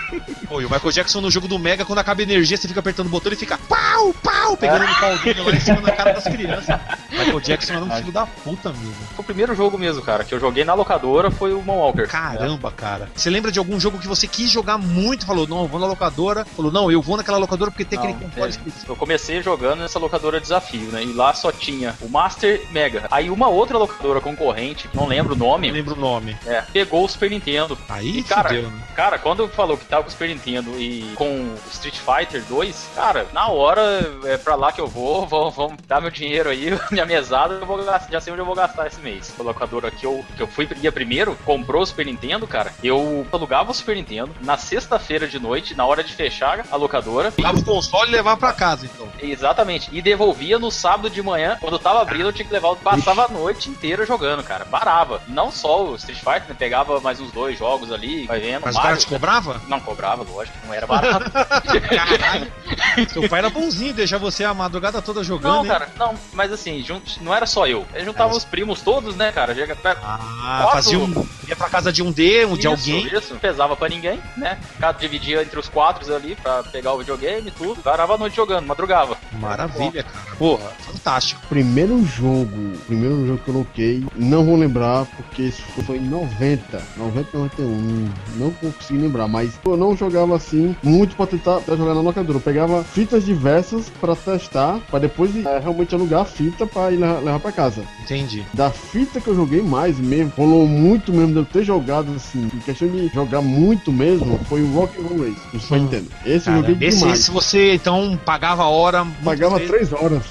Pô, e o Michael Jackson no jogo do Mega, quando acaba a energia, você fica apertando o botão e fica pau, pau, pegando no pau dele lá em cima da cara das crianças. Michael Jackson era um filho da puta mesmo. Foi o primeiro jogo mesmo, cara, que eu joguei na locadora, foi o Moonwalker. Caramba, cara. Você lembra de algum jogo que você quis jogar muito, falou, não, eu vou na locadora, falou, não, eu vou naquela locadora porque tem Não, aquele console é, específico. eu comecei jogando nessa locadora Desafio, né, e lá só tinha o Master Mega. Aí uma outra locadora concorrente, não lembro o nome, Não lembro o nome. é, pegou o Super Nintendo. Aí, E, cara, fudeu, né? Cara, quando falou que tava com o Super Nintendo e com o Street Fighter dois, cara, na hora é pra lá que eu vou, vamos, vamos dar meu dinheiro aí, minha mesada, eu vou gastar, já sei onde eu vou gastar esse mês. A locadora que eu, que eu fui ia primeiro, comprou o Super Nintendo, cara, eu alugava o Super Nintendo na sexta-feira de noite, na hora de fechar a locadora. Levava o console e levava pra casa, então. Exatamente, e devolvia no sábado de manhã, quando tava abrindo eu tinha que levar, passava a noite inteira jogando, cara, parava. Não só o Street Fighter, né, pegava mais uns dois jogos ali, vai vendo. Mas o cara te cobrava? Não cobrava, lógico, não era barato. Caralho. Seu pai era bonzinho, deixar você a madrugada toda jogando. Não, hein? cara, não, mas assim, junt, não era só eu. Ele juntava É. os primos todos, né, cara? Chega, Ah, quatro- fazia um. Ia pra casa de um D, um de isso, alguém. Isso, não pesava pra ninguém, né? Cada dividia entre os quatro ali pra pegar o videogame e tudo. Parava a noite jogando, madrugava. Maravilha, cara. Porra, fantástico. Primeiro jogo, primeiro jogo que eu coloquei, não vou lembrar porque isso foi em noventa, noventa, noventa e um, não consegui lembrar, mas eu não jogava assim muito pra tentar, tentar jogar na locadora. Eu pegava fitas diversas pra testar, pra depois é, realmente alugar a fita pra ir levar, levar pra casa. Entendi. Da fita que eu joguei mais mesmo, rolou muito mesmo de eu ter jogado assim, em questão de jogar muito mesmo, foi o Rock'n'Roll Race, do Super Hum. Nintendo. Esse eu Cara, joguei esse, demais. esse você então pagava a hora. muitas Pagava vezes. três horas.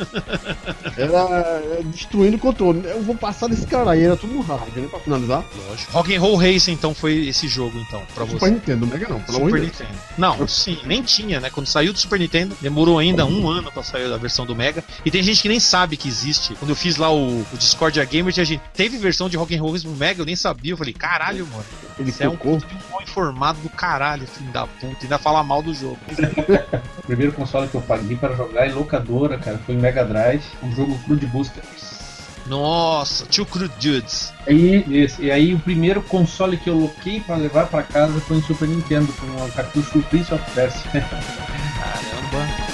Era é, destruindo o controle. Eu vou passar desse cara aí, era tudo no hard, né? Pra finalizar. Lógico. Rock'n'Roll Racing então foi esse jogo então, pra Super você. Nintendo, Mega não, pelo amor Super de Deus. Nintendo. Não, sim, nem tinha, né? Quando saiu do Super Nintendo, demorou ainda um ano pra sair da versão do Mega. E tem gente que nem sabe que existe. Quando eu fiz lá o, o Discordia Gamer, a gente teve versão de Rock'n'Roll Racing no Mega, eu nem sabia. Eu falei, caralho, mano. Ele Você é um focou. mal informado do caralho, filho da puta. Ainda falar mal do jogo. O primeiro console que eu paguei para jogar em locadora, cara, foi o Mega Drive, um jogo Crude Boosters. Nossa, Two Crude Dudes. Aí, esse, e aí o primeiro console que eu loquei para levar para casa foi um Super Nintendo, com o cartucho Prince of Persia. Caramba.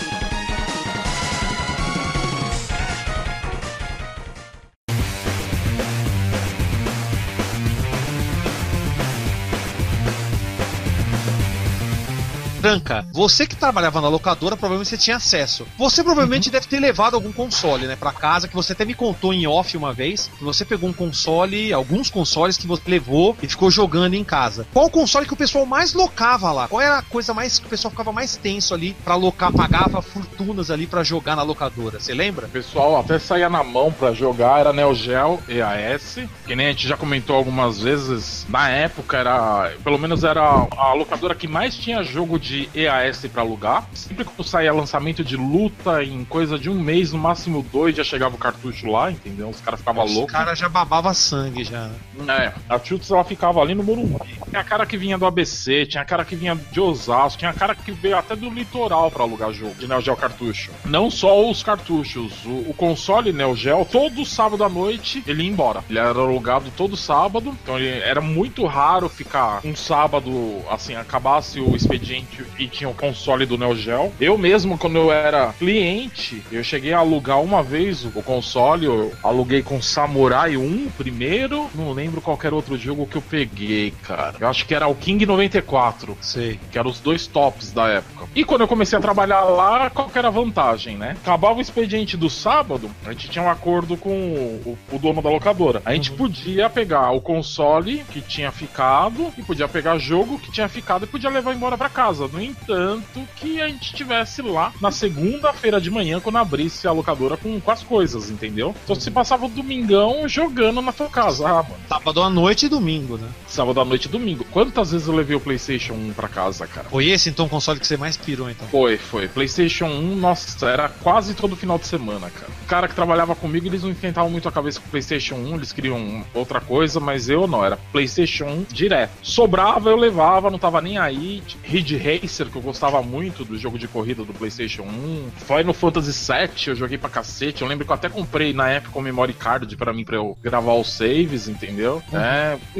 Franca, você que trabalhava na locadora, provavelmente você tinha acesso. Você provavelmente deve ter levado algum console, né, pra casa, que você até me contou em off uma vez, que você pegou um console, alguns consoles que você levou e ficou jogando em casa. Qual o console que o pessoal mais locava lá? Qual era a coisa mais que o pessoal ficava mais tenso ali pra locar, pagava fortunas ali pra jogar na locadora? Você lembra? O pessoal até saía na mão pra jogar, era Neo Geo E A S, que nem a gente já comentou algumas vezes. Na época era, pelo menos era a locadora que mais tinha jogo de E A S pra alugar. Sempre quando saía lançamento de luta, em coisa de um mês, no máximo dois, já chegava o cartucho lá, entendeu? Os caras ficavam Os loucos. caras já babava sangue já. É, a Tilts ela ficava ali no Morumbi. Tinha cara que vinha do A B C, tinha cara que vinha de Osasco, tinha cara que veio até do litoral pra alugar jogo de Neo Geo cartucho. Não só os cartuchos, o, o console Neo Geo, todo sábado à noite ele ia embora. Ele era alugado todo sábado, então ele, era muito raro ficar um sábado, assim, acabasse o expediente e tinha o console do Neo Geo. Eu mesmo, quando eu era cliente, eu cheguei a alugar uma vez o console, eu aluguei com Samurai um primeiro, não lembro qual era outro jogo que eu peguei, cara. Eu acho que era o King noventa e quatro, Sei. que eram os dois tops da época. E quando eu comecei a trabalhar lá, qual que era a vantagem, né? Acabava o expediente do sábado, a gente tinha um acordo com o, o dono da locadora. A gente podia pegar o console que tinha ficado e podia pegar jogo que tinha ficado e podia levar embora pra casa. No entanto, que a gente estivesse lá na segunda-feira de manhã, quando abrisse a locadora com, com as coisas, entendeu? Então você passava o domingão jogando na tua casa. Ah, mano. Sábado à noite e domingo, né? Sábado à noite e domingo. Quantas vezes eu levei o PlayStation um pra casa, cara? Foi esse então o console que você mais pirou, então? Foi, foi. PlayStation um, nossa, era quase todo final de semana, cara. O cara que trabalhava comigo, eles não enfrentavam muito a cabeça com o PlayStation um, eles queriam outra coisa, mas eu não, era PlayStation um direto. Sobrava, eu levava, não tava nem aí. Ridge Racer, que eu gostava muito do jogo de corrida do PlayStation um. Final Fantasy sete, eu joguei pra cacete. Eu lembro que eu até comprei na época o memory card pra mim, pra eu gravar os saves, entendeu? Uhum. É, eu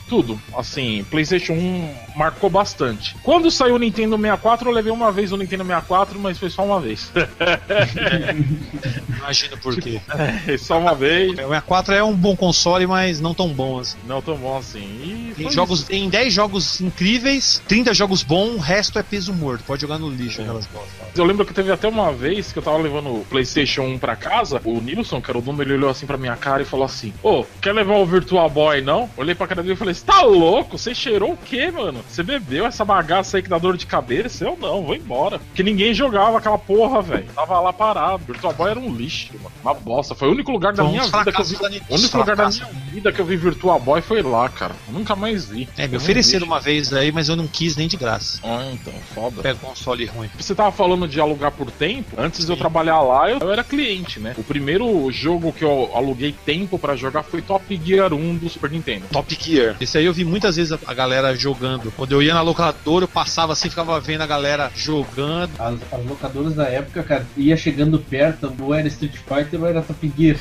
tudo. Assim, PlayStation um marcou bastante. Quando saiu o Nintendo sessenta e quatro, eu levei uma vez o Nintendo sessenta e quatro, mas foi só uma vez. Imagina por quê. É, só uma vez. O sessenta e quatro é um bom console, mas não tão bom assim. Não tão bom assim. E tem, jogos, tem dez jogos incríveis, trinta jogos bons, o resto é peso morto. Pode jogar no lixo é. aquelas bolas. Eu lembro que teve até uma vez que eu tava levando o PlayStation um pra casa, o Nilson, que era o dono, ele olhou assim pra minha cara e falou assim: ô, oh, quer levar o Virtual Boy não? Olhei pra cara dele e falei: você tá louco? Você cheirou o quê, mano? Você bebeu essa bagaça aí que dá dor de cabeça? Eu não, vou embora. Porque ninguém jogava aquela porra, velho. Tava lá parado. O Virtual Boy era um lixo, mano. Uma bosta. Foi o único lugar da Foi minha vida que eu vi. O único lugar da minha vida que eu vi Virtual Boy foi lá, cara. Eu nunca mais vi. É, me ofereceram uma vez aí, mas eu não quis nem de graça. Ah, então, foda. Pega um console ruim. Você tava falando de alugar por tempo. Antes Sim. de eu trabalhar lá, eu, eu era cliente, né? O primeiro jogo que eu aluguei tempo pra jogar foi Top Gear um do Super Nintendo. Top Gear. Esse aí eu vi muitas vezes a, a galera jogando. Quando eu ia na locadora, eu passava assim, ficava vendo a galera jogando. As, as locadoras da época, cara, ia chegando perto, ou era Street Fighter ou era Top Gear.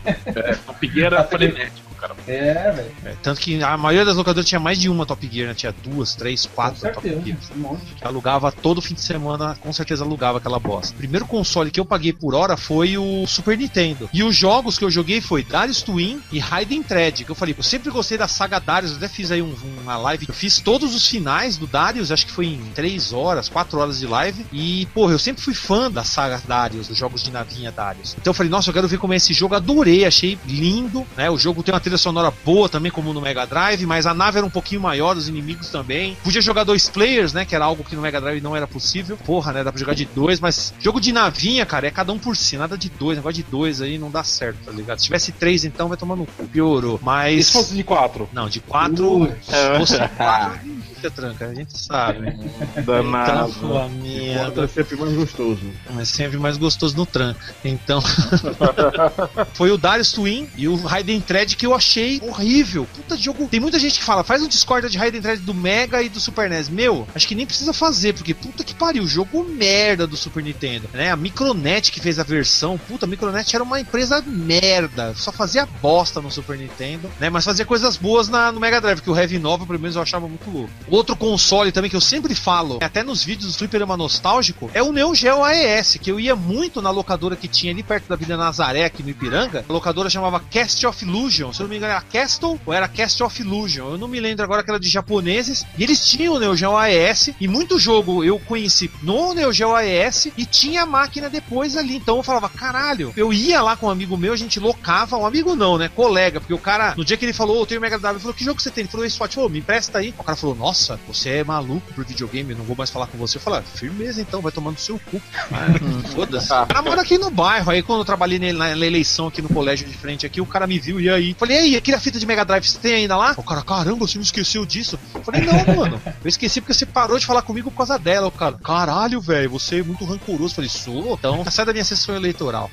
É, Top Gear era frenético, cara. É, velho. É, tanto que a maioria das locadoras tinha mais de uma Top Gear, né? Tinha duas, três, quatro Top Gear. Um monte. Alugava todo fim de semana, com certeza alugava aquela bosta. O primeiro console que eu paguei por hora foi o Super Nintendo. E os jogos que eu joguei foi Darius Twin e Raiden Thread, que eu falei, eu sempre gostei da saga Darius, eu até fiz aí um, uma live, eu fiz todos os finais do Darius, acho que foi em três horas, quatro horas de live, e, porra, eu sempre fui fã da saga Darius, dos jogos de navinha Darius. Então eu falei, nossa, eu quero ver como é esse jogo, adorei, achei lindo, né, o jogo tem uma trilha sonora boa também, como no Mega Drive, mas a nave era um pouquinho maior, os inimigos também. Podia jogar dois players, né, que era algo que no Mega Drive não era possível, porra, né, dá pra jogar de dois, mas jogo de navinha, cara, é cada um por si, nada de dois, negócio de dois aí não dá certo, tá ligado? Se tivesse três, então vai tomar no cu, piorou, mas... E se fosse de quatro? Não, de quatro, uh, se fosse de quatro, é tranca, a gente sabe. Danado. Então, é sempre mais gostoso. É sempre mais gostoso no tranca. Então, foi o Darius Twin e o Raiden Thread que eu achei horrível. Puta de jogo. Tem muita gente que fala, faz um Discord de Raiden Thread do Mega e do Super N E S. Meu, acho que nem precisa fazer, porque puta que pariu, jogo merda do Super Nintendo, né? A Micronet que fez a versão, puta, a Micronet era uma empresa merda, só fazia bosta no Super Nintendo, né? Mas fazia coisas boas na, no Mega Drive, que o Heavy Nova, pelo menos, eu achava muito louco. Outro console também que eu sempre falo, até nos vídeos do Fliperama Nostálgico, é o Neo Geo A E S, que eu ia muito na locadora que tinha ali perto da Vila Nazaré, aqui no Ipiranga. A locadora chamava Cast of Illusion, se eu não me engano era Castle ou era Cast of Illusion, eu não me lembro agora, que era de japoneses, e eles tinham o Neo Geo A E S, e muito jogo eu conheci no Neo Geo A E S, e tinha a máquina depois ali, então eu falava, caralho, eu ia lá com um amigo meu, a gente locava, um amigo não, né, colega, porque o cara, no dia que ele falou, oh, eu tenho Mega Drive, ele falou, que jogo você tem? Ele falou, esse SWAT, falou, me empresta aí. O cara falou, nossa, você é maluco por videogame, eu não vou mais falar com você. Eu falei, firmeza então, vai tomar no seu cu. Foda-se. O cara mora aqui no bairro, aí quando eu trabalhei na eleição aqui no colégio de frente aqui, o cara me viu, e aí? Falei, e aí, aquela fita de Mega Drive, você tem ainda lá? O cara, caramba, você não esqueceu disso? Eu falei, não, mano, eu esqueci porque você parou de falar comigo por causa dela. O cara, caralho, velho, você é muito rancoroso. Eu falei, sou? Então, sai da minha sessão eleitoral.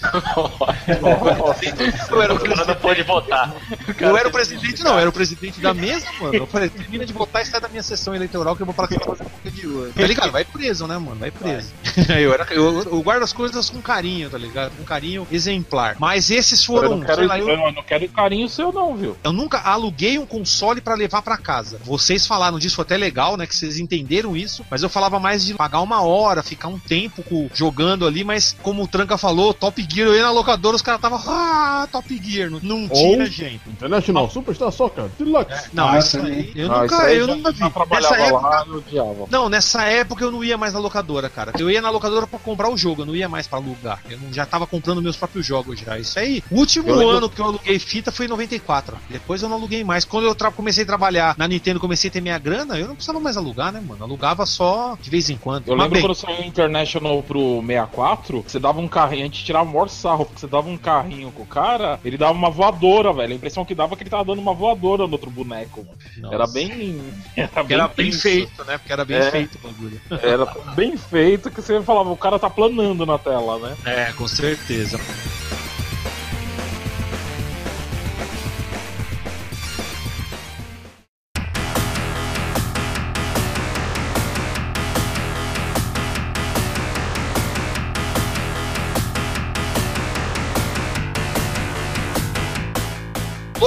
Eu era o cara não pode votar. Eu era o presidente, não, eu era o presidente da mesa, mano. Eu falei, termina de votar e sai da minha sessão eleitoral que eu vou falar que você tá fazendo boca de ouro. Tá ligado? Vai preso, né, mano? Vai preso. eu, era, eu, eu guardo as coisas com carinho, tá ligado? Com carinho exemplar. Mas esses foram. Eu não quero, lá, eu... eu não quero carinho seu, não, viu? Eu nunca aluguei um console pra levar pra casa. Vocês falaram disso, foi até legal, né? Que vocês entenderam isso. Mas eu falava mais de pagar uma hora, ficar um tempo com, jogando ali. Mas como o Tranca falou, Top Gear, eu ia na locadora, os caras estavam. Ah, Top Gear. Não, não tinha, gente. International ah. Superstar Soccer Deluxe. É, não, ah, isso aí. Eu ah, nunca, eu nunca vi. Nessa época, lá, eu não, nessa época eu não ia mais na locadora, cara. Eu ia na locadora pra comprar o jogo, eu não ia mais pra alugar. Eu não, já tava comprando meus próprios jogos já. Isso aí. O último eu ano lembro... que eu aluguei fita foi em noventa e quatro. Depois eu não aluguei mais. Quando eu tra- comecei a trabalhar na Nintendo, comecei a ter minha grana, eu não precisava mais alugar, né, mano? Alugava só de vez em quando. Eu Mas lembro bem... quando saiu o International pro sessenta e quatro, você dava um carrinho, a gente tirava o maior sarro, porque você dava um carrinho com o cara, ele dava uma voadora, velho. A impressão que dava é que ele tava dando uma voadora no outro boneco. Nossa. Era bem. Era bem, era bem feito, né? Porque era bem é, feito o bagulho. Era bem feito que você falava, o cara tá planando na tela, né? É, com certeza.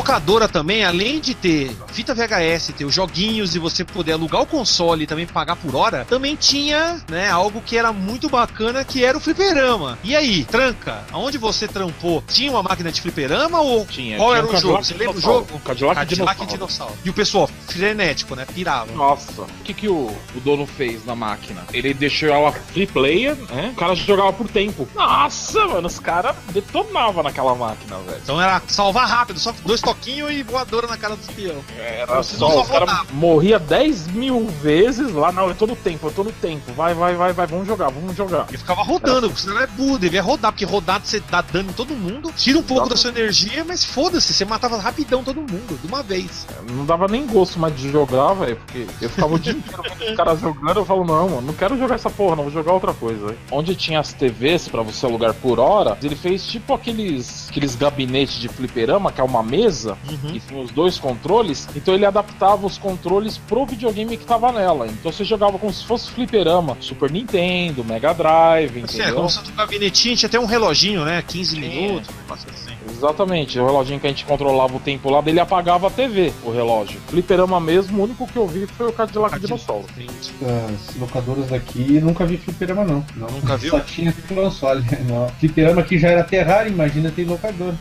locadora também, além de ter fita V H S, ter os joguinhos e você poder alugar o console e também pagar por hora, também tinha, né, algo que era muito bacana, que era o fliperama. E aí, Tranca, aonde você trampou? Tinha uma máquina de fliperama ou Tinha, qual tinha era um o Cadillac jogo? Você lembra o Dinossauro. jogo? Cadillac, Cadillac Dinossauro. e Dinossauro. E o pessoal, frenético, né? Pirava. Nossa, o que, que o, o dono fez na máquina? Ele deixou ela free player, né? O cara jogava por tempo. Nossa, mano, os caras detonavam naquela máquina, velho. Então era salvar rápido, só dois toquinhos e voadora na cara dos peão. Era Você só, não o cara rodava. morria dez mil vezes lá. Não, eu tô no tempo, eu tô no tempo. Vai, vai, vai, vai, vamos jogar, vamos jogar. Ele ficava rodando, você não é burro, devia rodar, porque rodado você dá dano em todo mundo, tira um pouco da sua energia, mas foda-se, você matava rapidão todo mundo, de uma vez. Não dava nem gosto mais de jogar, velho, porque eu ficava o dia inteiro vendo os caras jogando, eu falo, não, mano, não quero jogar essa porra, não, vou jogar outra coisa, véio. Onde tinha as T Vs pra você alugar por hora, ele fez tipo aqueles, aqueles gabinetes de fliperama, que é uma mesa, Uhum. e tem os dois controles, então ele adaptava os controles pro videogame que tava nela, então você jogava como se fosse fliperama, Super Nintendo, Mega Drive, Assim, é, entendeu? como se fosse um gabinetinho, tinha até um reloginho, né, quinze minutos, um negócio assim. Exatamente, o reloginho que a gente controlava o tempo lá dele apagava a T V, o relógio. Fliperama mesmo, o único que eu vi foi o Cadillac Dinossauro. As locadoras daqui nunca vi fliperama, não. não. Nunca viu? Só tinha console. Não. Fliperama aqui já era Terraria, imagina ter locadora.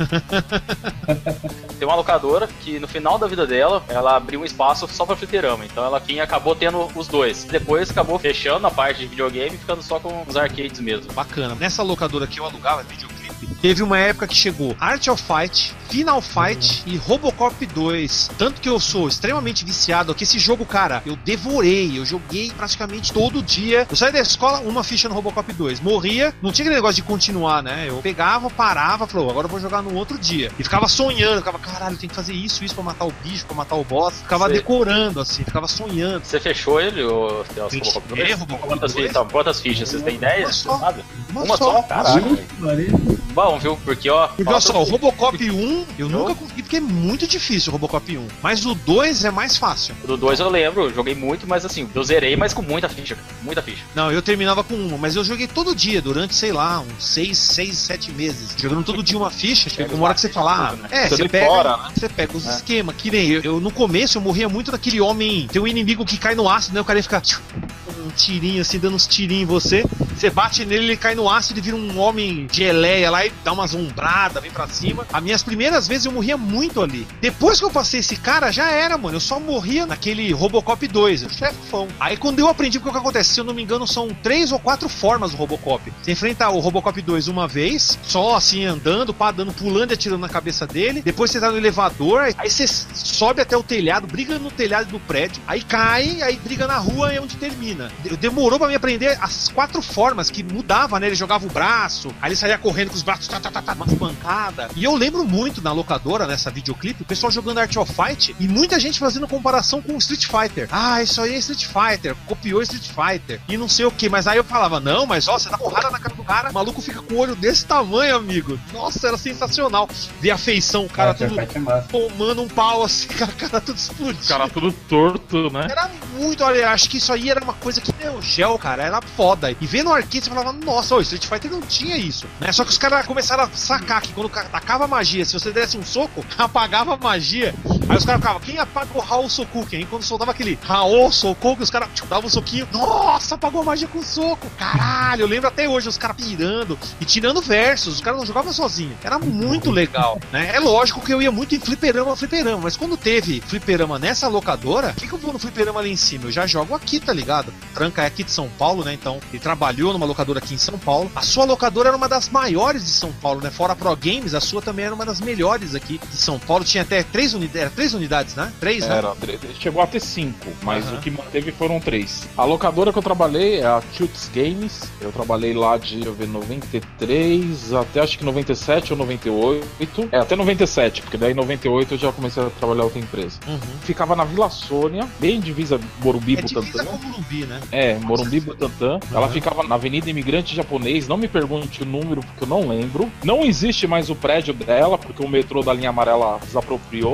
Tem uma locadora que no final da vida dela, ela abriu um espaço só pra fliperama. Então ela tinha, acabou tendo os dois. Depois acabou fechando a parte de videogame e ficando só com os arcades mesmo. Bacana. Nessa locadora que eu alugava videoclipe, teve uma época que chegou Art of Fight, Final Fight e Robocop dois. Tanto que eu sou extremamente viciado que esse jogo, cara, eu devorei, eu joguei praticamente todo dia. Eu saí da escola, uma ficha no Robocop dois. Morria, não tinha aquele negócio de continuar, né? Eu pegava, parava, falou, agora eu vou jogar no outro dia. E ficava sonhando, ficava, caralho, tem que fazer isso, isso pra matar o bicho, pra matar o boss. Ficava Sei. decorando, assim, ficava sonhando. Você fechou ele, o Celso, Fechei, Robocop dois? Robocop Quantas, dois. fichas, quantas fichas? Vocês têm ideia? Uma só. Nada? Uma Uma só. só? Caraca. Maria. Bom, viu? Porque, ó... Porque fala olha só, o tudo- Robocop um eu Eu? nunca consegui, porque é muito difícil o Robocop um. Mas o dois é mais fácil. Do dois eu lembro, eu joguei muito, mas assim, eu zerei, mas com muita ficha, muita ficha. Não, eu terminava com uma, mas eu joguei todo dia, durante, sei lá, uns seis, seis, sete meses. Jogando todo dia uma ficha, chega uma hora que você fala, ah, Tudo, né? é, Você você pega, decora, né? você pega os É. esquemas, que nem eu, eu. No começo eu morria muito daquele homem, tem um inimigo que cai no ácido, né, o cara ia ficar tchiu, um tirinho assim, dando uns tirinhos em você. Você bate nele, ele cai no ácido e vira um homem geleia lá e dá uma zombrada, vem pra cima. As minhas primeiras vezes eu morria muito ali. Depois que eu passei esse cara, já era, mano. Eu só morria naquele Robocop dois, o chefão. Aí quando eu aprendi, porque o que acontece? Se eu não me engano, são três ou quatro formas do Robocop. Você enfrenta o Robocop dois uma vez, só assim andando, pá, dando, pulando e atirando na cabeça dele. Depois você tá no elevador, aí você sobe até o telhado, briga no telhado do prédio, aí cai, aí briga na rua e é onde termina. Demorou pra me aprender as quatro formas que mudava, né? Ele jogava o braço, aí ele saía correndo com os braços, tá, tá, tá, tá, umas pancadas. E eu lembro muito na locadora, nessa videoclipe, o pessoal jogando Art of Fight e muita gente fazendo comparação com o Street Fighter. Ah, isso aí é Street Fighter, copiou Street Fighter e não sei o que. Mas aí eu falava, não, mas ó, você dá porrada na cara do cara, o maluco fica com o olho desse tamanho, amigo. Nossa, era sensacional. Ver a feição, o cara Art of tudo Fight é massa. tomando um pau assim, com a cara tudo explodindo. O cara tudo torto, né? Era muito, olha, acho que isso aí era uma coisa que, meu, gel, cara, era foda. E vendo o arcade, você falava, nossa, o Street Fighter não tinha isso, né? Só que os caras começaram a sacar que quando o cara tacava magia, se você desse um soco, apagava a magia. Aí os caras ficavam, quem apaga o Raul Sokuken? Aí quando soltava aquele Raul Sokuken, os caras davam um soquinho, nossa, apagou a magia com soco. Caralho, eu lembro até hoje os caras pirando e tirando versos, os caras não jogavam sozinhos. Era muito legal, né? É lógico que eu ia muito em fliperama, fliperama, mas quando teve fliperama nessa locadora, o que, que eu vou no fliperama ali em cima? Eu já jogo aqui, tá ligado? Tranca é aqui de São Paulo, né? Então, ele trabalhou numa locadora aqui em São Paulo. A sua locadora era uma das maiores de São Paulo, né? Fora a Pro Games, a sua também era uma das melhores aqui de São Paulo. Tinha até três unidades, era três unidades, né? Três, né? Era, três. Chegou a ter cinco, mas Aham. o que manteve foram três. A locadora que eu trabalhei é a Tilts Games. Eu trabalhei lá de, deixa eu ver, noventa e três até acho que noventa e sete ou noventa e oito. É, até noventa e sete, porque daí em noventa e oito eu já comecei a trabalhar em outra empresa. Uhum. Ficava na Vila Sônia, bem divisa Morumbi, É divisa Butantã. com o Morumbi, né? É, Morumbi, Butantã. Ela Uhum. ficava na Avenida Imigrante Japonês. Não me pergunte o número, porque eu não lembro. Não existe mais o prédio dela, porque o metrô da linha amarela desapropriou, né?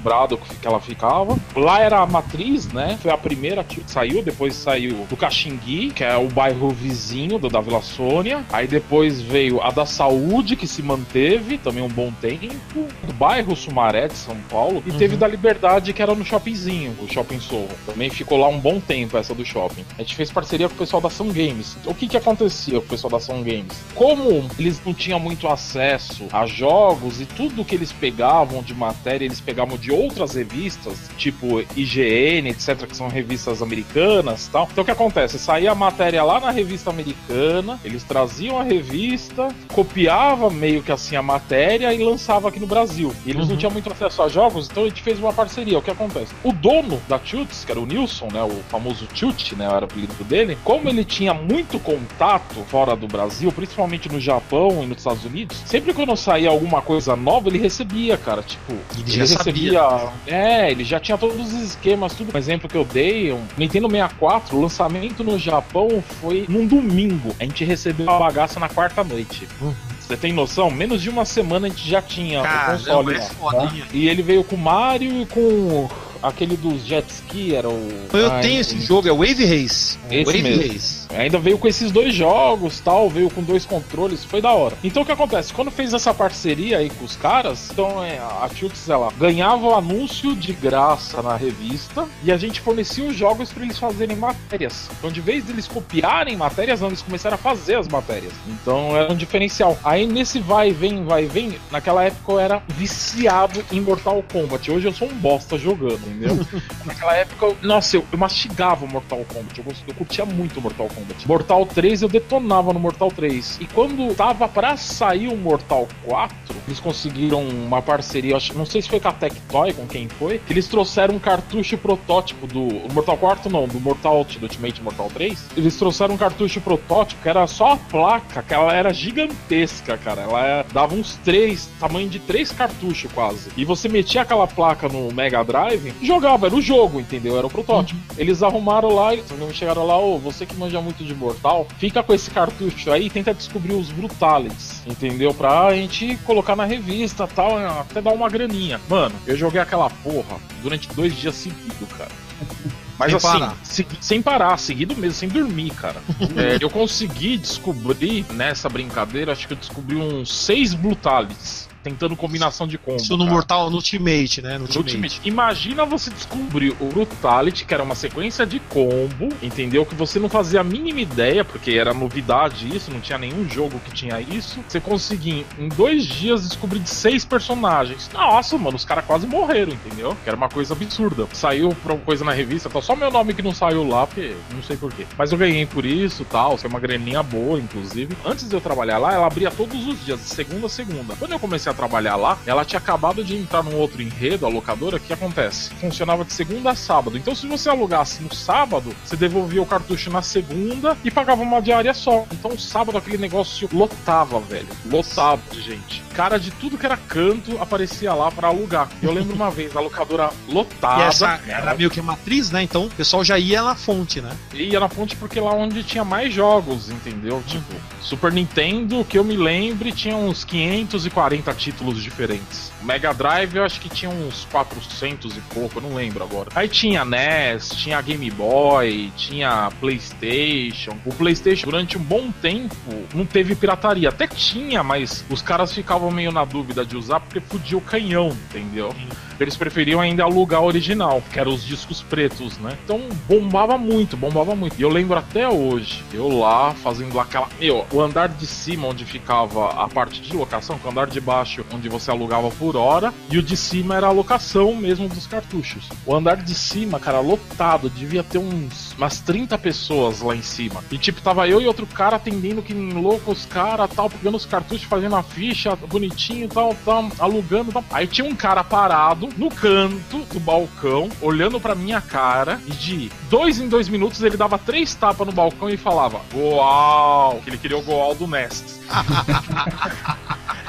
quebrado que ela ficava. Lá era a matriz, né? Foi a primeira que saiu, depois saiu do Caxingui, que é o bairro vizinho do da Vila Sônia. Aí depois veio a da Saúde, que se manteve também um bom tempo, do bairro Sumaré de São Paulo, e uhum. teve da Liberdade, que era no shoppingzinho, o Shopping Sorro. Também ficou lá um bom tempo essa do shopping. A gente fez parceria com o pessoal da Ação Games. O que que acontecia com o pessoal da Ação Games? Como eles não tinham muito acesso a jogos e tudo que eles pegavam de matéria, eles pegavam de outras revistas, tipo I G N, etc, que são revistas americanas e tal. Então o que acontece? Saía a matéria lá na revista americana, eles traziam a revista, copiava meio que assim a matéria e lançava aqui no Brasil. E eles uhum. não tinham muito acesso a jogos, então a gente fez uma parceria. O que acontece? O dono da Tilts, que era o Nilson, né, o famoso Tilt, né, era o apelido dele, como ele tinha muito contato fora do Brasil, principalmente no Japão e nos Estados Unidos, sempre quando saía alguma coisa nova, ele recebia, cara, tipo, ele, ele já recebia, sabia. É, ele já tinha todos os esquemas, tudo. Um exemplo que eu dei, um Nintendo sessenta e quatro, o lançamento no Japão foi num domingo, a gente recebeu a bagaça na quarta noite. Uhum. Você tem noção? Menos de uma semana a gente já tinha Caramba, o console é lá. fodinha. E ele veio com o Mario e com aquele dos jet ski, era o... Eu Ai, tenho esse eu... jogo, é o Wave Race. Esse Wave mesmo. Race. Ainda veio com esses dois jogos, tal, veio com dois controles, foi da hora. Então o que acontece? Quando fez essa parceria aí com os caras, então é, a Tilts, ela ganhava o anúncio de graça na revista e a gente fornecia os jogos pra eles fazerem matérias. Então de vez deles copiarem matérias, não, eles começaram a fazer as matérias. Então era um diferencial. Aí nesse vai e vem, vai e vem, naquela época eu era viciado em Mortal Kombat. Hoje eu sou um bosta jogando, entendeu? Naquela época, eu, nossa, eu, eu mastigava o Mortal Kombat. Eu, eu curtia muito o Mortal Kombat. Mortal três eu detonava no Mortal três. E quando tava pra sair o Mortal quatro, eles conseguiram uma parceria, acho, não sei se foi com a Tectoy, com quem foi, que eles trouxeram um cartucho protótipo do Mortal quatro, não, do Mortal do Ultimate Mortal três. Eles trouxeram um cartucho protótipo que era só a placa, que ela era gigantesca, cara. Ela era, dava uns três, tamanho de três cartuchos quase. E você metia aquela placa no Mega Drive e jogava, era o jogo, entendeu? Era o protótipo. Uhum. Eles arrumaram lá, eles chegaram lá, ô, oh, você que manja muito de Mortal, fica com esse cartucho aí e tenta descobrir os Brutalities, entendeu? Pra gente colocar na revista e tal, até dar uma graninha. Mano, eu joguei aquela porra durante dois dias seguidos, cara. Mas sem assim, parar. Segui, sem parar, seguido mesmo, sem dormir, cara. é, eu consegui descobrir nessa brincadeira, acho que eu descobri uns seis Brutalities. Tentando combinação de combo. Isso no cara. Mortal, no Ultimate, né? No Ultimate. Ultimate. Imagina você descobrir o Brutality, que era uma sequência de combo, entendeu? Que você não fazia a mínima ideia, porque era novidade isso, não tinha nenhum jogo que tinha isso. Você conseguia, em dois dias, descobrir de seis personagens. Nossa, mano, os caras quase morreram, entendeu? Que era uma coisa absurda. Saiu pra uma coisa na revista, tá só meu nome que não saiu lá, porque não sei porquê. Mas eu ganhei por isso, tal, foi uma graninha boa, inclusive. Antes de eu trabalhar lá, ela abria todos os dias, de segunda a segunda. Quando eu comecei a trabalhar lá, ela tinha acabado de entrar num outro enredo, a locadora. O que acontece? Funcionava de segunda a sábado. Então se você alugasse no sábado, você devolvia o cartucho na segunda e pagava uma diária só. Então o sábado aquele negócio lotava, velho. Lotava de gente. Cara de tudo que era canto aparecia lá pra alugar. Eu lembro uma vez, a locadora lotada. E essa era meio que matriz, né? Então o pessoal já ia na fonte, né? Ia na fonte porque lá onde tinha mais jogos, entendeu? Tipo, Super Nintendo, que eu me lembre, tinha uns quinhentos e quarenta títulos diferentes. Mega Drive eu acho que tinha uns quatrocentos e pouco, eu não lembro agora. Aí tinha N E S, tinha Game Boy, tinha PlayStation. O PlayStation durante um bom tempo não teve pirataria. Até tinha, mas os caras ficavam meio na dúvida de usar porque podia o canhão, entendeu? Eles preferiam ainda alugar o original, que eram os discos pretos, né? Então bombava muito, bombava muito. E eu lembro até hoje, eu lá fazendo aquela... Meu, o andar de cima onde ficava a parte de locação, com o andar de baixo onde você alugava por hora, e o de cima era a locação mesmo dos cartuchos. O andar de cima, cara, lotado, devia ter uns umas trinta pessoas lá em cima. E tipo, tava eu e outro cara atendendo que nem louco os caras, tal, pegando os cartuchos, fazendo a ficha bonitinho, tal, tal, alugando, tal. Aí tinha um cara parado no canto do balcão, olhando pra minha cara, e de dois em dois minutos ele dava três tapas no balcão e falava Goal, que ele queria o Goal do Nest.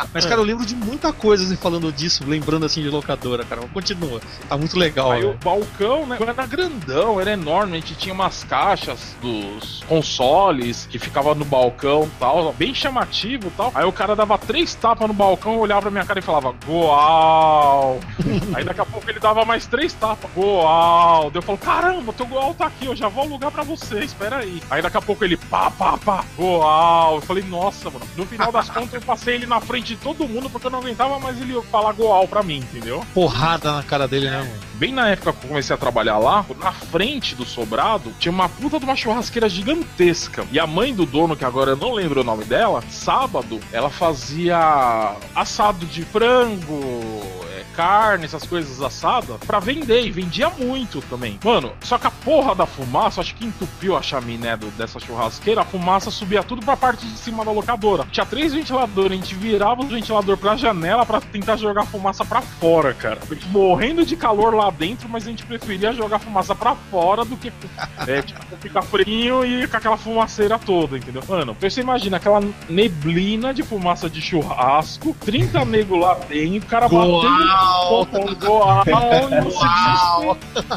Mas, cara, eu lembro de muita coisa assim, falando disso, lembrando assim de locadora, cara. Continua. Tá muito legal. Aí né? o balcão, né? Era grandão, era enorme. A gente tinha umas caixas dos consoles que ficava no balcão e tal, bem chamativo e tal. Aí o cara dava três tapas no balcão, olhava pra minha cara e falava, Goal! Aí daqui a pouco ele dava mais três tapas, Goal! Daí eu falo, caramba, teu Goal tá aqui, eu já vou alugar pra você, espera aí. Aí daqui a pouco ele, pá, pá, pá, Goal! Eu falei, nossa, mano. No final das contas eu passei ele na frente de todo mundo porque eu não aguentava mais ele falar Goal pra mim, entendeu? Porrada na cara dele, né, mano? Bem na época que eu comecei a trabalhar lá, na frente do sobrado, tinha uma puta de uma churrasqueira gigantesca. E a mãe do dono, que agora eu não lembro o nome dela, sábado, ela fazia assado de frango, é, carne, essas coisas assadas, pra vender. E vendia muito também. Mano, só que a porra da fumaça, acho que entupiu a chaminé do, dessa churrasqueira, a fumaça subia tudo pra parte de cima da locadora. Tinha três ventiladores, a gente virava os ventiladores pra janela pra tentar jogar fumaça pra fora, cara. Morrendo de calor lá dentro, mas a gente preferia jogar fumaça pra fora do que é, tipo, ficar frio e com aquela fumaceira toda, entendeu? Mano, você imagina aquela neblina de fumaça de churrasco, trinta nego lá dentro, o cara Goal! batendo Goal e não Goal!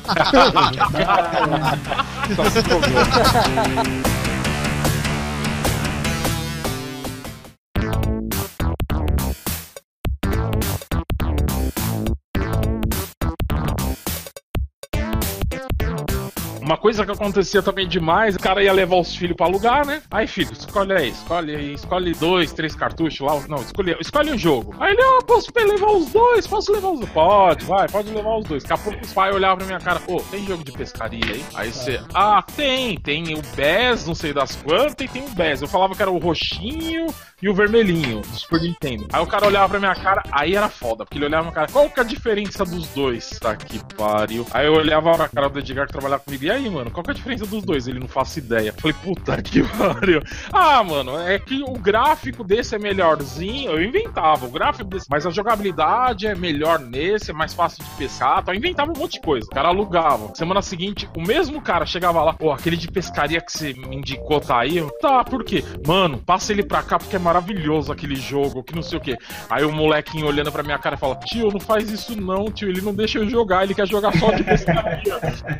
Uma coisa que acontecia também demais, o cara ia levar os filhos pra alugar, né? Aí, filho, escolhe aí, escolhe aí, escolhe dois, três cartuchos lá. Não, escolhe, escolhe um jogo. Aí ele, ah, posso levar os dois? Posso levar os dois? Pode, vai, pode levar os dois. Daqui a pouco os pais olhavam pra minha cara, pô, tem jogo de pescaria aí? Aí você, ah, tem, tem o B E S, não sei das quantas, e tem o B E S. Eu falava que era o roxinho e o vermelhinho do Super Nintendo. Aí o cara olhava pra minha cara, aí era foda, porque ele olhava pra minha cara, qual que é a diferença dos dois? Tá que pariu. Aí eu olhava pra cara do Edgar que trabalhava comigo, e aí, mano, qual que é a diferença dos dois? Ele não faço ideia. Falei, puta que pariu. Ah, mano, é que o gráfico desse é melhorzinho, eu inventava o gráfico desse, mas a jogabilidade é melhor nesse, é mais fácil de pescar, tá? Eu inventava um monte de coisa. O cara alugava. Semana seguinte, o mesmo cara chegava lá, pô, aquele de pescaria que você me indicou tá aí? Eu, tá, por quê? Mano, passa ele pra cá porque é maravilhoso aquele jogo, que não sei o quê. Aí o molequinho olhando pra minha cara fala, tio, não faz isso não, tio, ele não deixa eu jogar, ele quer jogar só de pescaria.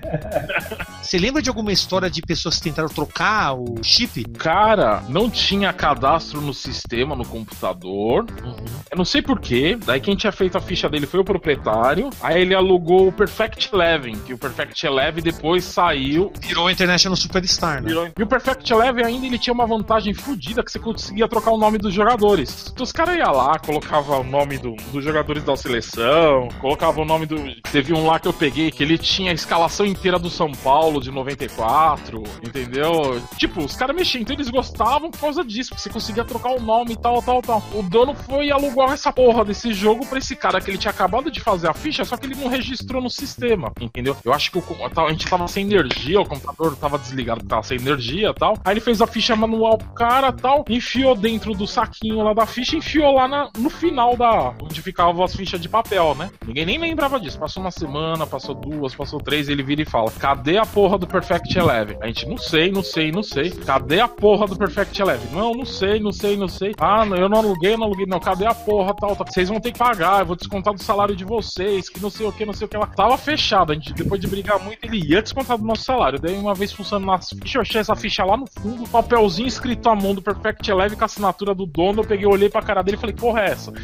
Você lembra de alguma história de pessoas que tentaram trocar o chip? Cara, não tinha cadastro no sistema, no computador. Uhum. Eu não sei porquê. Daí quem tinha feito a ficha dele foi o proprietário. Aí ele alugou o Perfect Eleven, que o Perfect Eleven depois saiu. Virou a International Superstar, né? Virou... E o Perfect Eleven ainda ele tinha uma vantagem fodida que você conseguia trocar o nome dos jogadores. Então os caras iam lá, colocava o nome do, dos jogadores da seleção, colocava o nome do... Teve um lá que eu peguei, que ele tinha a escalação inteira do São Paulo de noventa e quatro, entendeu? Tipo, os caras mexiam, então eles gostavam por causa disso, porque você conseguia trocar o nome e tal, tal, tal. O dono foi e alugou essa porra desse jogo pra esse cara que ele tinha acabado de fazer a ficha, só que ele não registrou no sistema, entendeu? Eu acho que o, a gente tava sem energia, o computador tava desligado, tava sem energia e tal. Aí ele fez a ficha manual pro cara e tal, enfiou dentro do saquinho lá da ficha, enfiou lá na, no final da... onde ficavam as fichas de papel, né? Ninguém nem lembrava disso. Passou uma semana, passou duas, passou três, ele vira e fala, cadê a porra do Perfect Eleven? A gente, não sei, não sei, não sei. Cadê a porra do Perfect Eleven? Não, não sei, não sei, não sei. Ah, não, eu não aluguei, eu não aluguei. Não, cadê a porra, tal, tal? Vocês vão ter que pagar, eu vou descontar do salário de vocês, que não sei o que, não sei o que lá. Tava fechado, a gente, depois de brigar muito, ele ia descontar do nosso salário. Daí uma vez funcionando nas fichas, eu achei essa ficha lá no fundo, papelzinho escrito à mão do Perfect Eleven com a assinatura do dono. Eu peguei, olhei pra cara dele e falei, porra é essa?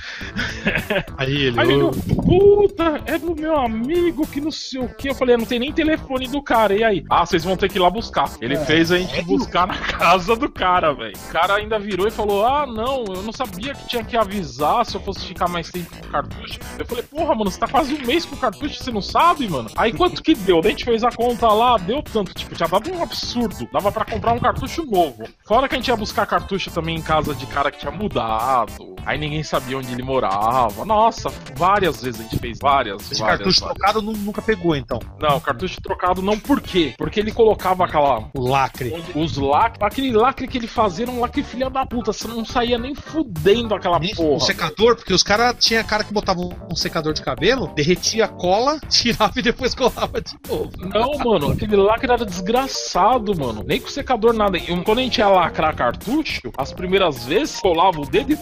Aí ele, Aí ele, puta, é do meu amigo, que não sei o que. Eu falei, não tem nem telefone do cara, e aí? Ah, vocês vão ter que ir lá buscar. Ele é, fez a gente é buscar na casa do cara, velho. O cara ainda virou e falou, ah, não, eu não sabia que tinha que avisar se eu fosse ficar mais tempo com o cartucho. Eu falei, porra, mano, você tá quase um mês com o cartucho, você não sabe, mano? Aí quanto que deu? Daí a gente fez a conta lá, deu tanto, tipo, tinha dado um absurdo. Dava pra comprar um cartucho novo. Fora que a gente ia buscar cartucho também em casa de cara que tinha mudado. Aí ninguém sabia onde ele morava. Nossa, várias vezes a gente fez várias, Esse várias, cartucho várias. trocado nunca pegou, então? Não, cartucho trocado não, por quê? Porque ele colocava aquela... O lacre. Os lacres, aquele lacre que ele fazia era um lacre filha da puta, você não saía nem fudendo aquela nem porra. Um secador, porque os caras, tinha cara que botava um secador de cabelo, derretia a cola, tirava e depois colava de novo. Não, mano, aquele lacre era desgraçado, mano. Nem com secador nada. E quando a gente ia lacrar cartucho, as primeiras vezes colava o dedo e pra tirar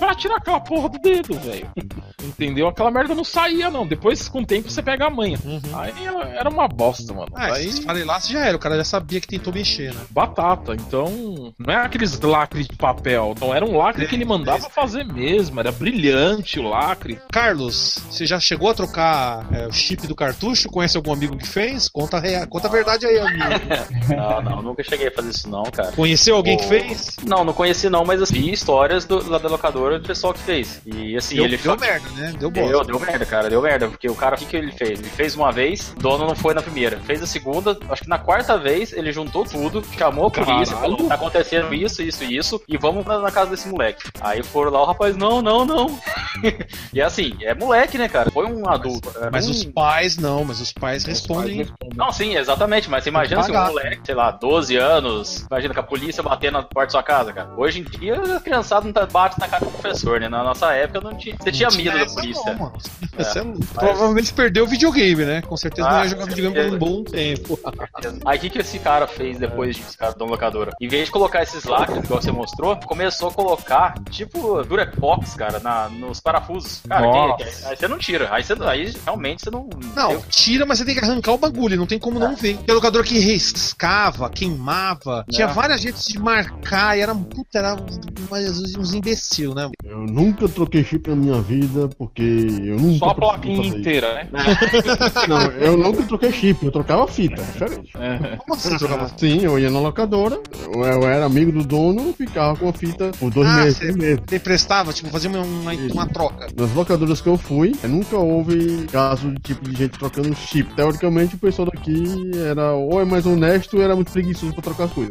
aquela porra do dedo, velho. Entendeu? Aquela merda não saía, não. Depois, com o tempo, você pega a manha. Uhum. Aí era uma bosta, mano. Ah, aí se falei lá, já era. O cara já sabia que tentou mexer, né? Batata. Então, não é aqueles lacres de papel. Não, era um lacre que ele mandava fazer mesmo. Era brilhante o lacre. Carlos, você já chegou a trocar é, o chip do cartucho? Conhece algum amigo que fez? Conta a, rea... Conta a verdade aí, amigo. Não, não, nunca cheguei a fazer isso não, cara. Conheceu alguém o... que fez? Não, não conheci não, mas assim, vi histórias do, lá da locadora do pessoal que fez. E assim, deu, ele deu fa... merda, né? Deu bosta. Deu, deu merda, cara, deu merda. Porque o cara, o que, que ele fez? Ele fez uma vez, o dono não foi na primeira. Fez a segunda, acho que na quarta vez, ele juntou tudo, chamou a polícia, Caralho. falou, tá acontecendo isso, isso e isso, e vamos na, na casa desse moleque. Aí foram lá, o rapaz, não, não, não. E assim, é moleque, né, cara? Foi um adulto. Mas, mas um... os pais não, mas os pais respondem. Os pais Não, sim, exatamente, mas você imagina se um moleque, sei lá, doze anos, imagina com a polícia batendo na porta da sua casa, cara. Hoje em dia, a criançada não tá, bate na cara do professor, né? Na nossa época, não tinha, você tinha medo da polícia. Não, É, você mas... provavelmente perdeu o videogame, né? Com certeza Ah, não ia jogar videogame por um bom tempo. Aí o que, que esse cara fez depois disso, cara, da locadora? Em vez de colocar esses lacres, igual você mostrou, começou a colocar, tipo, Durepox, cara, na, nos parafusos. Cara, que, que, aí você não tira. Aí, você, aí realmente você não... Não, eu... tira, mas você tem que arrancar o bagulho, não tem como não ver. Tem locador que riscava, queimava, tinha várias jeitos de marcar e era, puta, era uns, uns imbecil, né? Eu nunca troquei chip na minha vida, porque eu nunca... Só a plaquinha inteira, né? Não, eu nunca troquei chip, eu trocava fita, diferente. É. Como assim trocava? Sim, eu ia na locadora, eu, eu era amigo do dono, ficava com a fita por dois Ah, meses, você três meses. você emprestava, tipo, fazia uma, uma, uma troca. Nas locadoras que eu fui, nunca houve caso de tipo de gente trocando chip. Teoricamente, o pessoal daqui era ou é mais honesto ou era muito preguiçoso pra trocar as coisas.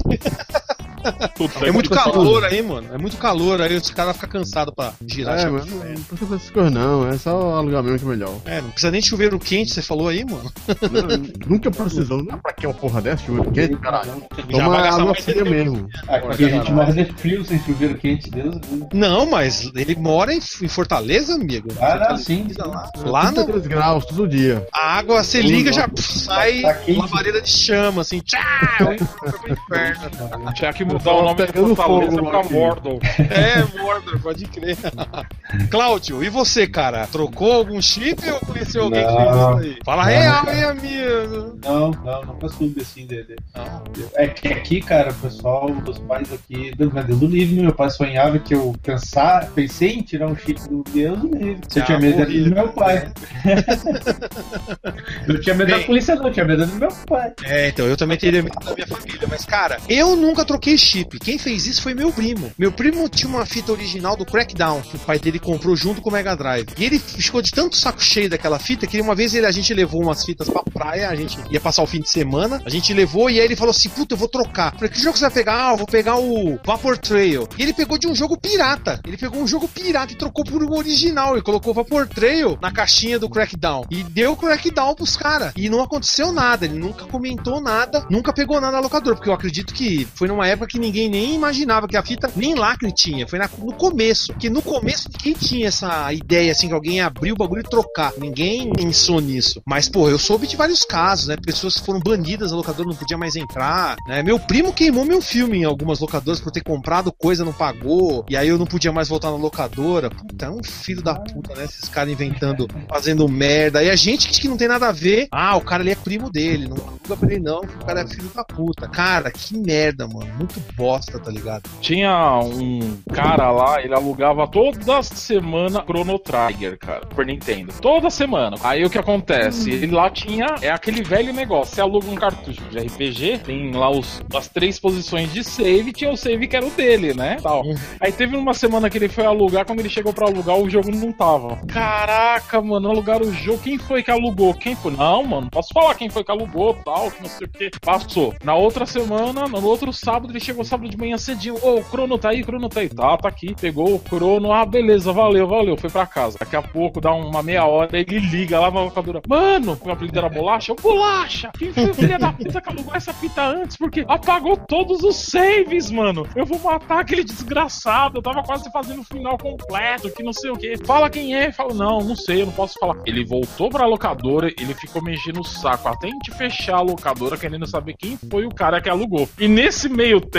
É muito calor aí, mano. É muito calor aí, os caras ficam cansados pra girar. É, mas não, não precisa fazer essas coisas não, é só alugar mesmo que é melhor. É, não precisa nem chuveiro quente, você falou aí, mano. Não, nunca precisou, não é pra que uma porra dessa, chuveiro quente, caralho. Já Toma vai gastar água mais fria dinheiro. mesmo. Aqui a gente morre de frio sem chuveiro quente, Deus. Não, mas ele mora em, em Fortaleza, amigo. Ah, não, Fortaleza, sim. Lá, lá trinta e no, três graus todo dia. a água, você liga, já pff, sai Tá quente. labareda de chama, assim. Tchau! Foi pro inferno. Tinha que mudar o nome de Pegando Fortaleza fogo pra aqui. Mordor. É, Mordor, pode crer. Cláudio, e você, cara? Trocou algum chip ou conheceu alguém que fez Não. isso aí? Fala real, hein, amigo? Não, não, nunca soube assim dele. É que aqui, cara, o pessoal, os pais aqui, Deus meu Deus do livre, meu pai sonhava que eu pensar, pensei em tirar um chip do Deus do livre. Se eu Ah, tinha medo morri. do meu pai. Eu tinha medo Bem. da polícia, não, eu tinha medo do meu pai. É, então, eu também teria medo da minha família. Mas, cara, eu nunca troquei chip. Quem fez isso foi meu primo. Meu primo tinha uma fita original do Crackdown, que o pai dele comprou junto com o Mega Drive. E ele ficou de tanto saco cheio daquela fita, que uma vez ele, a gente levou umas fitas pra praia, a gente ia passar o fim de semana, a gente levou e aí ele falou assim, puta, eu vou trocar. Eu falei, que jogo você vai pegar? Ah, eu vou pegar o Vapor Trail. E ele pegou de um jogo pirata. Ele pegou um jogo pirata e trocou por um original. Ele colocou o Vapor Trail na caixinha do Crackdown. E deu o Crackdown pros caras. E não aconteceu nada. Ele nunca comentou nada, nunca pegou nada na locadora. Porque eu acredito que foi numa época que ninguém nem imaginava que a fita nem lacre tinha. Foi na, no começo. Porque no começo ninguém tinha essa ideia assim que alguém ia abrir o bagulho e trocar. Ninguém pensou nisso. Mas, pô, eu soube de vários casos, né? Pessoas que foram banidas da locadora, não podia mais entrar, né? Meu primo queimou meu filme em algumas locadoras por ter comprado coisa, não pagou. E aí eu não podia mais voltar na locadora. Puta, é um filho da puta, né? Esses caras inventando, fazendo merda. E a gente que não tem nada a ver. Ah, o cara ali é primo dele. Não aluga pra ele, não. O cara é filho da puta. Cara, que merda, mano. Muito bosta, tá ligado? Tinha um cara lá, ele alugava toda semana Chrono Trigger, cara, por Nintendo. Toda semana. Aí o que acontece? Ele lá tinha, é aquele velho negócio, você aluga um cartucho de R P G, tem lá os, as três posições de save, tinha o save que era o dele, né? Tal. Aí teve uma semana que ele foi alugar, quando ele chegou pra alugar, o jogo não tava. Caraca, mano, alugaram o jogo, quem foi que alugou? Quem foi? Não, mano, posso falar quem foi que alugou, tal, que não sei o que. Passou. Na outra semana, no outro sábado, ele chegou sábado de manhã cedinho, ô, o Crono tá aí, o Crono tá aí. Tá, tá aqui. Pegou o Crono, ah, beleza, valeu, valeu, foi pra casa. Daqui a pouco, dá uma meia hora, ele liga lá na locadora. Mano, meu apelido era Bolacha? Bolacha! Quem foi o filho da puta que alugou essa fita antes? Porque apagou todos os saves, mano. Eu vou matar aquele desgraçado. Eu tava quase fazendo o final completo, que não sei o que. Fala quem é. Fala, não, não sei, eu não posso falar. Ele voltou pra locadora, ele ficou mexendo o saco até a gente fechar a locadora, querendo saber quem foi o cara que alugou. E nesse meio tempo,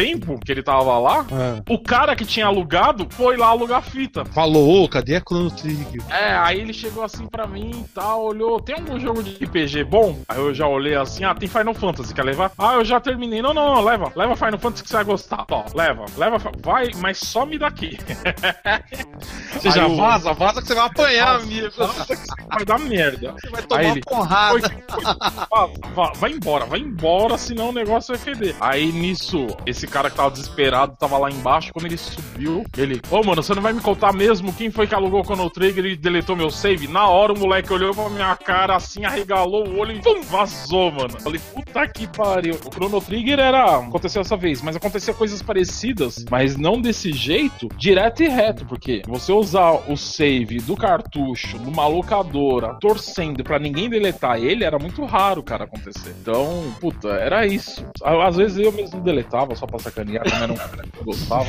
tempo que ele tava lá, É. o cara que tinha alugado foi lá alugar a fita. Falou, ô, cadê a Chrono Trigger? É, aí ele chegou assim pra mim e tal, olhou, tem algum jogo de R P G bom? Aí eu já olhei assim, ah, tem Final Fantasy, quer levar? Ah, eu já terminei. Não, não, não, leva, leva Final Fantasy que você vai gostar. Ó, leva, leva, vai, mas some daqui. Você já eu- vaza, vaza que você vai apanhar, amigo. Vai dar merda. Você vai tomar Aí uma ele, porrada. Foi, foi, vá, vá, vai embora, vai embora, senão o negócio vai feder. Aí nisso, esse cara que tava desesperado tava lá embaixo. Quando ele subiu, ele, ô mano, você não vai me contar mesmo quem foi que alugou o Chrono Trigger e deletou meu save? Na hora o moleque olhou pra minha cara assim, arregalou o olho e pum, vazou, mano. Falei, puta que pariu. O Chrono Trigger era. Aconteceu essa vez, mas acontecia coisas parecidas, mas não desse jeito, direto e reto, porque você usar o save do cartucho numa locadora, torcendo pra ninguém deletar ele, era muito raro, cara, acontecer. Então, puta, era isso. Às vezes eu mesmo deletava só pra sacanear, como era um cara que eu gostava.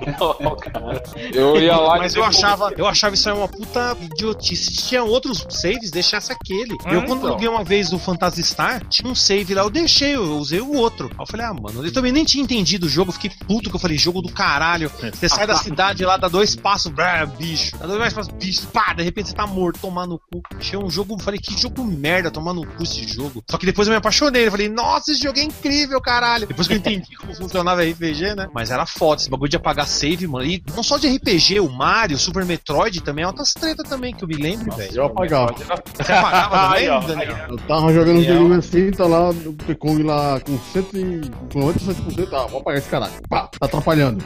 Eu ia lá Mas e eu depois- achava, eu achava isso aí uma puta idiotice. Se tinha outros saves, deixasse aquele. Ah, eu, quando então. vi uma vez o Phantasy Star, tinha um save lá, eu deixei, eu usei o outro. Aí eu falei, ah, mano, eu também nem tinha entendido o jogo, eu fiquei puto que eu falei, jogo do caralho. Você sai da cidade lá, dá dois passos, brá, bicho. Dá dois passos, bicho, pá, de repente você tá morto, tomar no cu. Achei um jogo, falei, que jogo merda, tomar no cu esse jogo. Só que depois eu me apaixonei, eu falei, nossa, esse jogo é incrível, caralho. Depois que eu entendi como funcionava R P G, né? Mas era foda, esse bagulho de apagar save, mano. E não só de R P G, o Mario, o Super Metroid também é outras treta também, que eu me lembro, velho. Eu apagava. Você apagava também, Aí, ó, Daniel? Eu tava jogando um Real. joguinho assim, tá lá, o P Kong lá com cento e- com noventa e sete por cento, ah, vou apagar esse caralho. Pá, tá atrapalhando.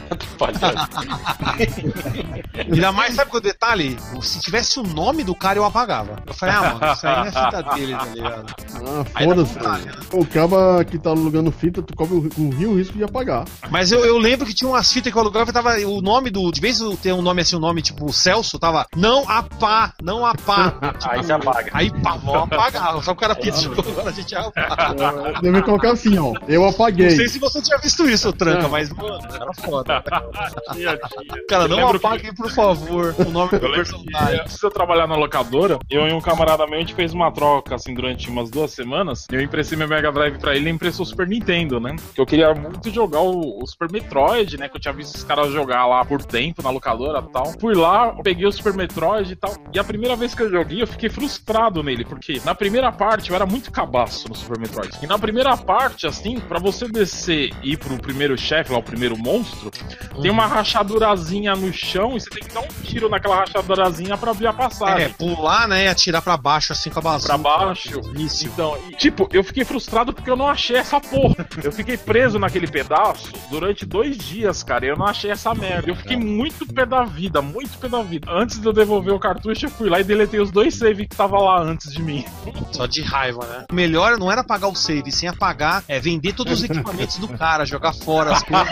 Ainda mais, sabe qual é o detalhe? Se tivesse o nome do cara, eu apagava. Eu falei, ah, mano, isso aí não é fita dele, tá ligado? Ah, Aí dá foda-se. vontade, velho. O caba que tá alugando fita, tu cobre o, o rio risco de apagar. Mas eu, eu lembro que tinha umas fitas que eu alugava e tava o nome do. De vez em ter um nome assim, um nome tipo Celso, tava não apá, não apá. Tipo, Aí você apaga. Aí pá, vamos apagar. Só o cara pediu, agora a gente apaga. Eu Deve colocar assim, ó. Eu Não apaguei. sei se você tinha visto isso, Tranca, mas, mano, era foda. Tinha, tinha. Cara, Eu não lembro apague, por favor, o nome do Eu lembro que personagem. antes de eu trabalhar na locadora, eu e um camarada meu, a gente fez uma troca, assim, durante umas duas semanas. Eu emprestei meu Mega Drive pra ele e ele emprestou o Super Nintendo, né? Que eu queria muito jogar o, o Super Metroid, né? Que eu tinha visto os caras jogar lá por tempo, na locadora e tal. Fui lá, eu peguei o Super Metroid e tal. E a primeira vez que eu joguei, eu fiquei frustrado nele, porque na primeira parte eu era muito cabaço no Super Metroid. E na primeira parte, assim, pra você descer e ir pro primeiro chefe, lá, o primeiro monstro, tem uma rachadurazinha no chão e você tem que dar um tiro naquela rachadurazinha pra abrir a passagem. É, pular, né, e atirar pra baixo, assim, com a bazuca. Pra baixo. Isso. Então, e, tipo, eu fiquei frustrado porque eu não achei essa porra. Eu fiquei preso naquele pedaço durante dois dias, cara, e eu não achei essa merda. Eu fiquei muito pé da vida, muito pé da vida. Antes de eu devolver o cartucho, eu fui lá e deletei os dois saves que tava lá antes de mim. Só de raiva, né? O melhor não era apagar o save, sem apagar, é vender todos os equipamentos do cara, jogar fora as coisas.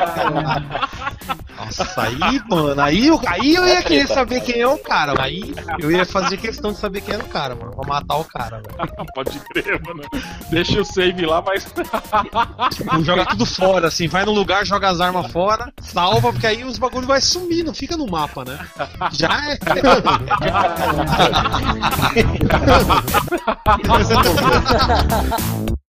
Nossa, aí, mano, aí, eu- aí eu ia querer saber quem é o cara. Aí eu ia fazer questão de saber quem era o cara, mano. Pra matar o cara, velho. Pode crer, mano. Deixa o save lá, mas. Tipo, joga tudo fora, assim, vai no lugar, joga as armas fora, salva, porque aí os bagulho vai sumir, não fica no mapa, né? Já é.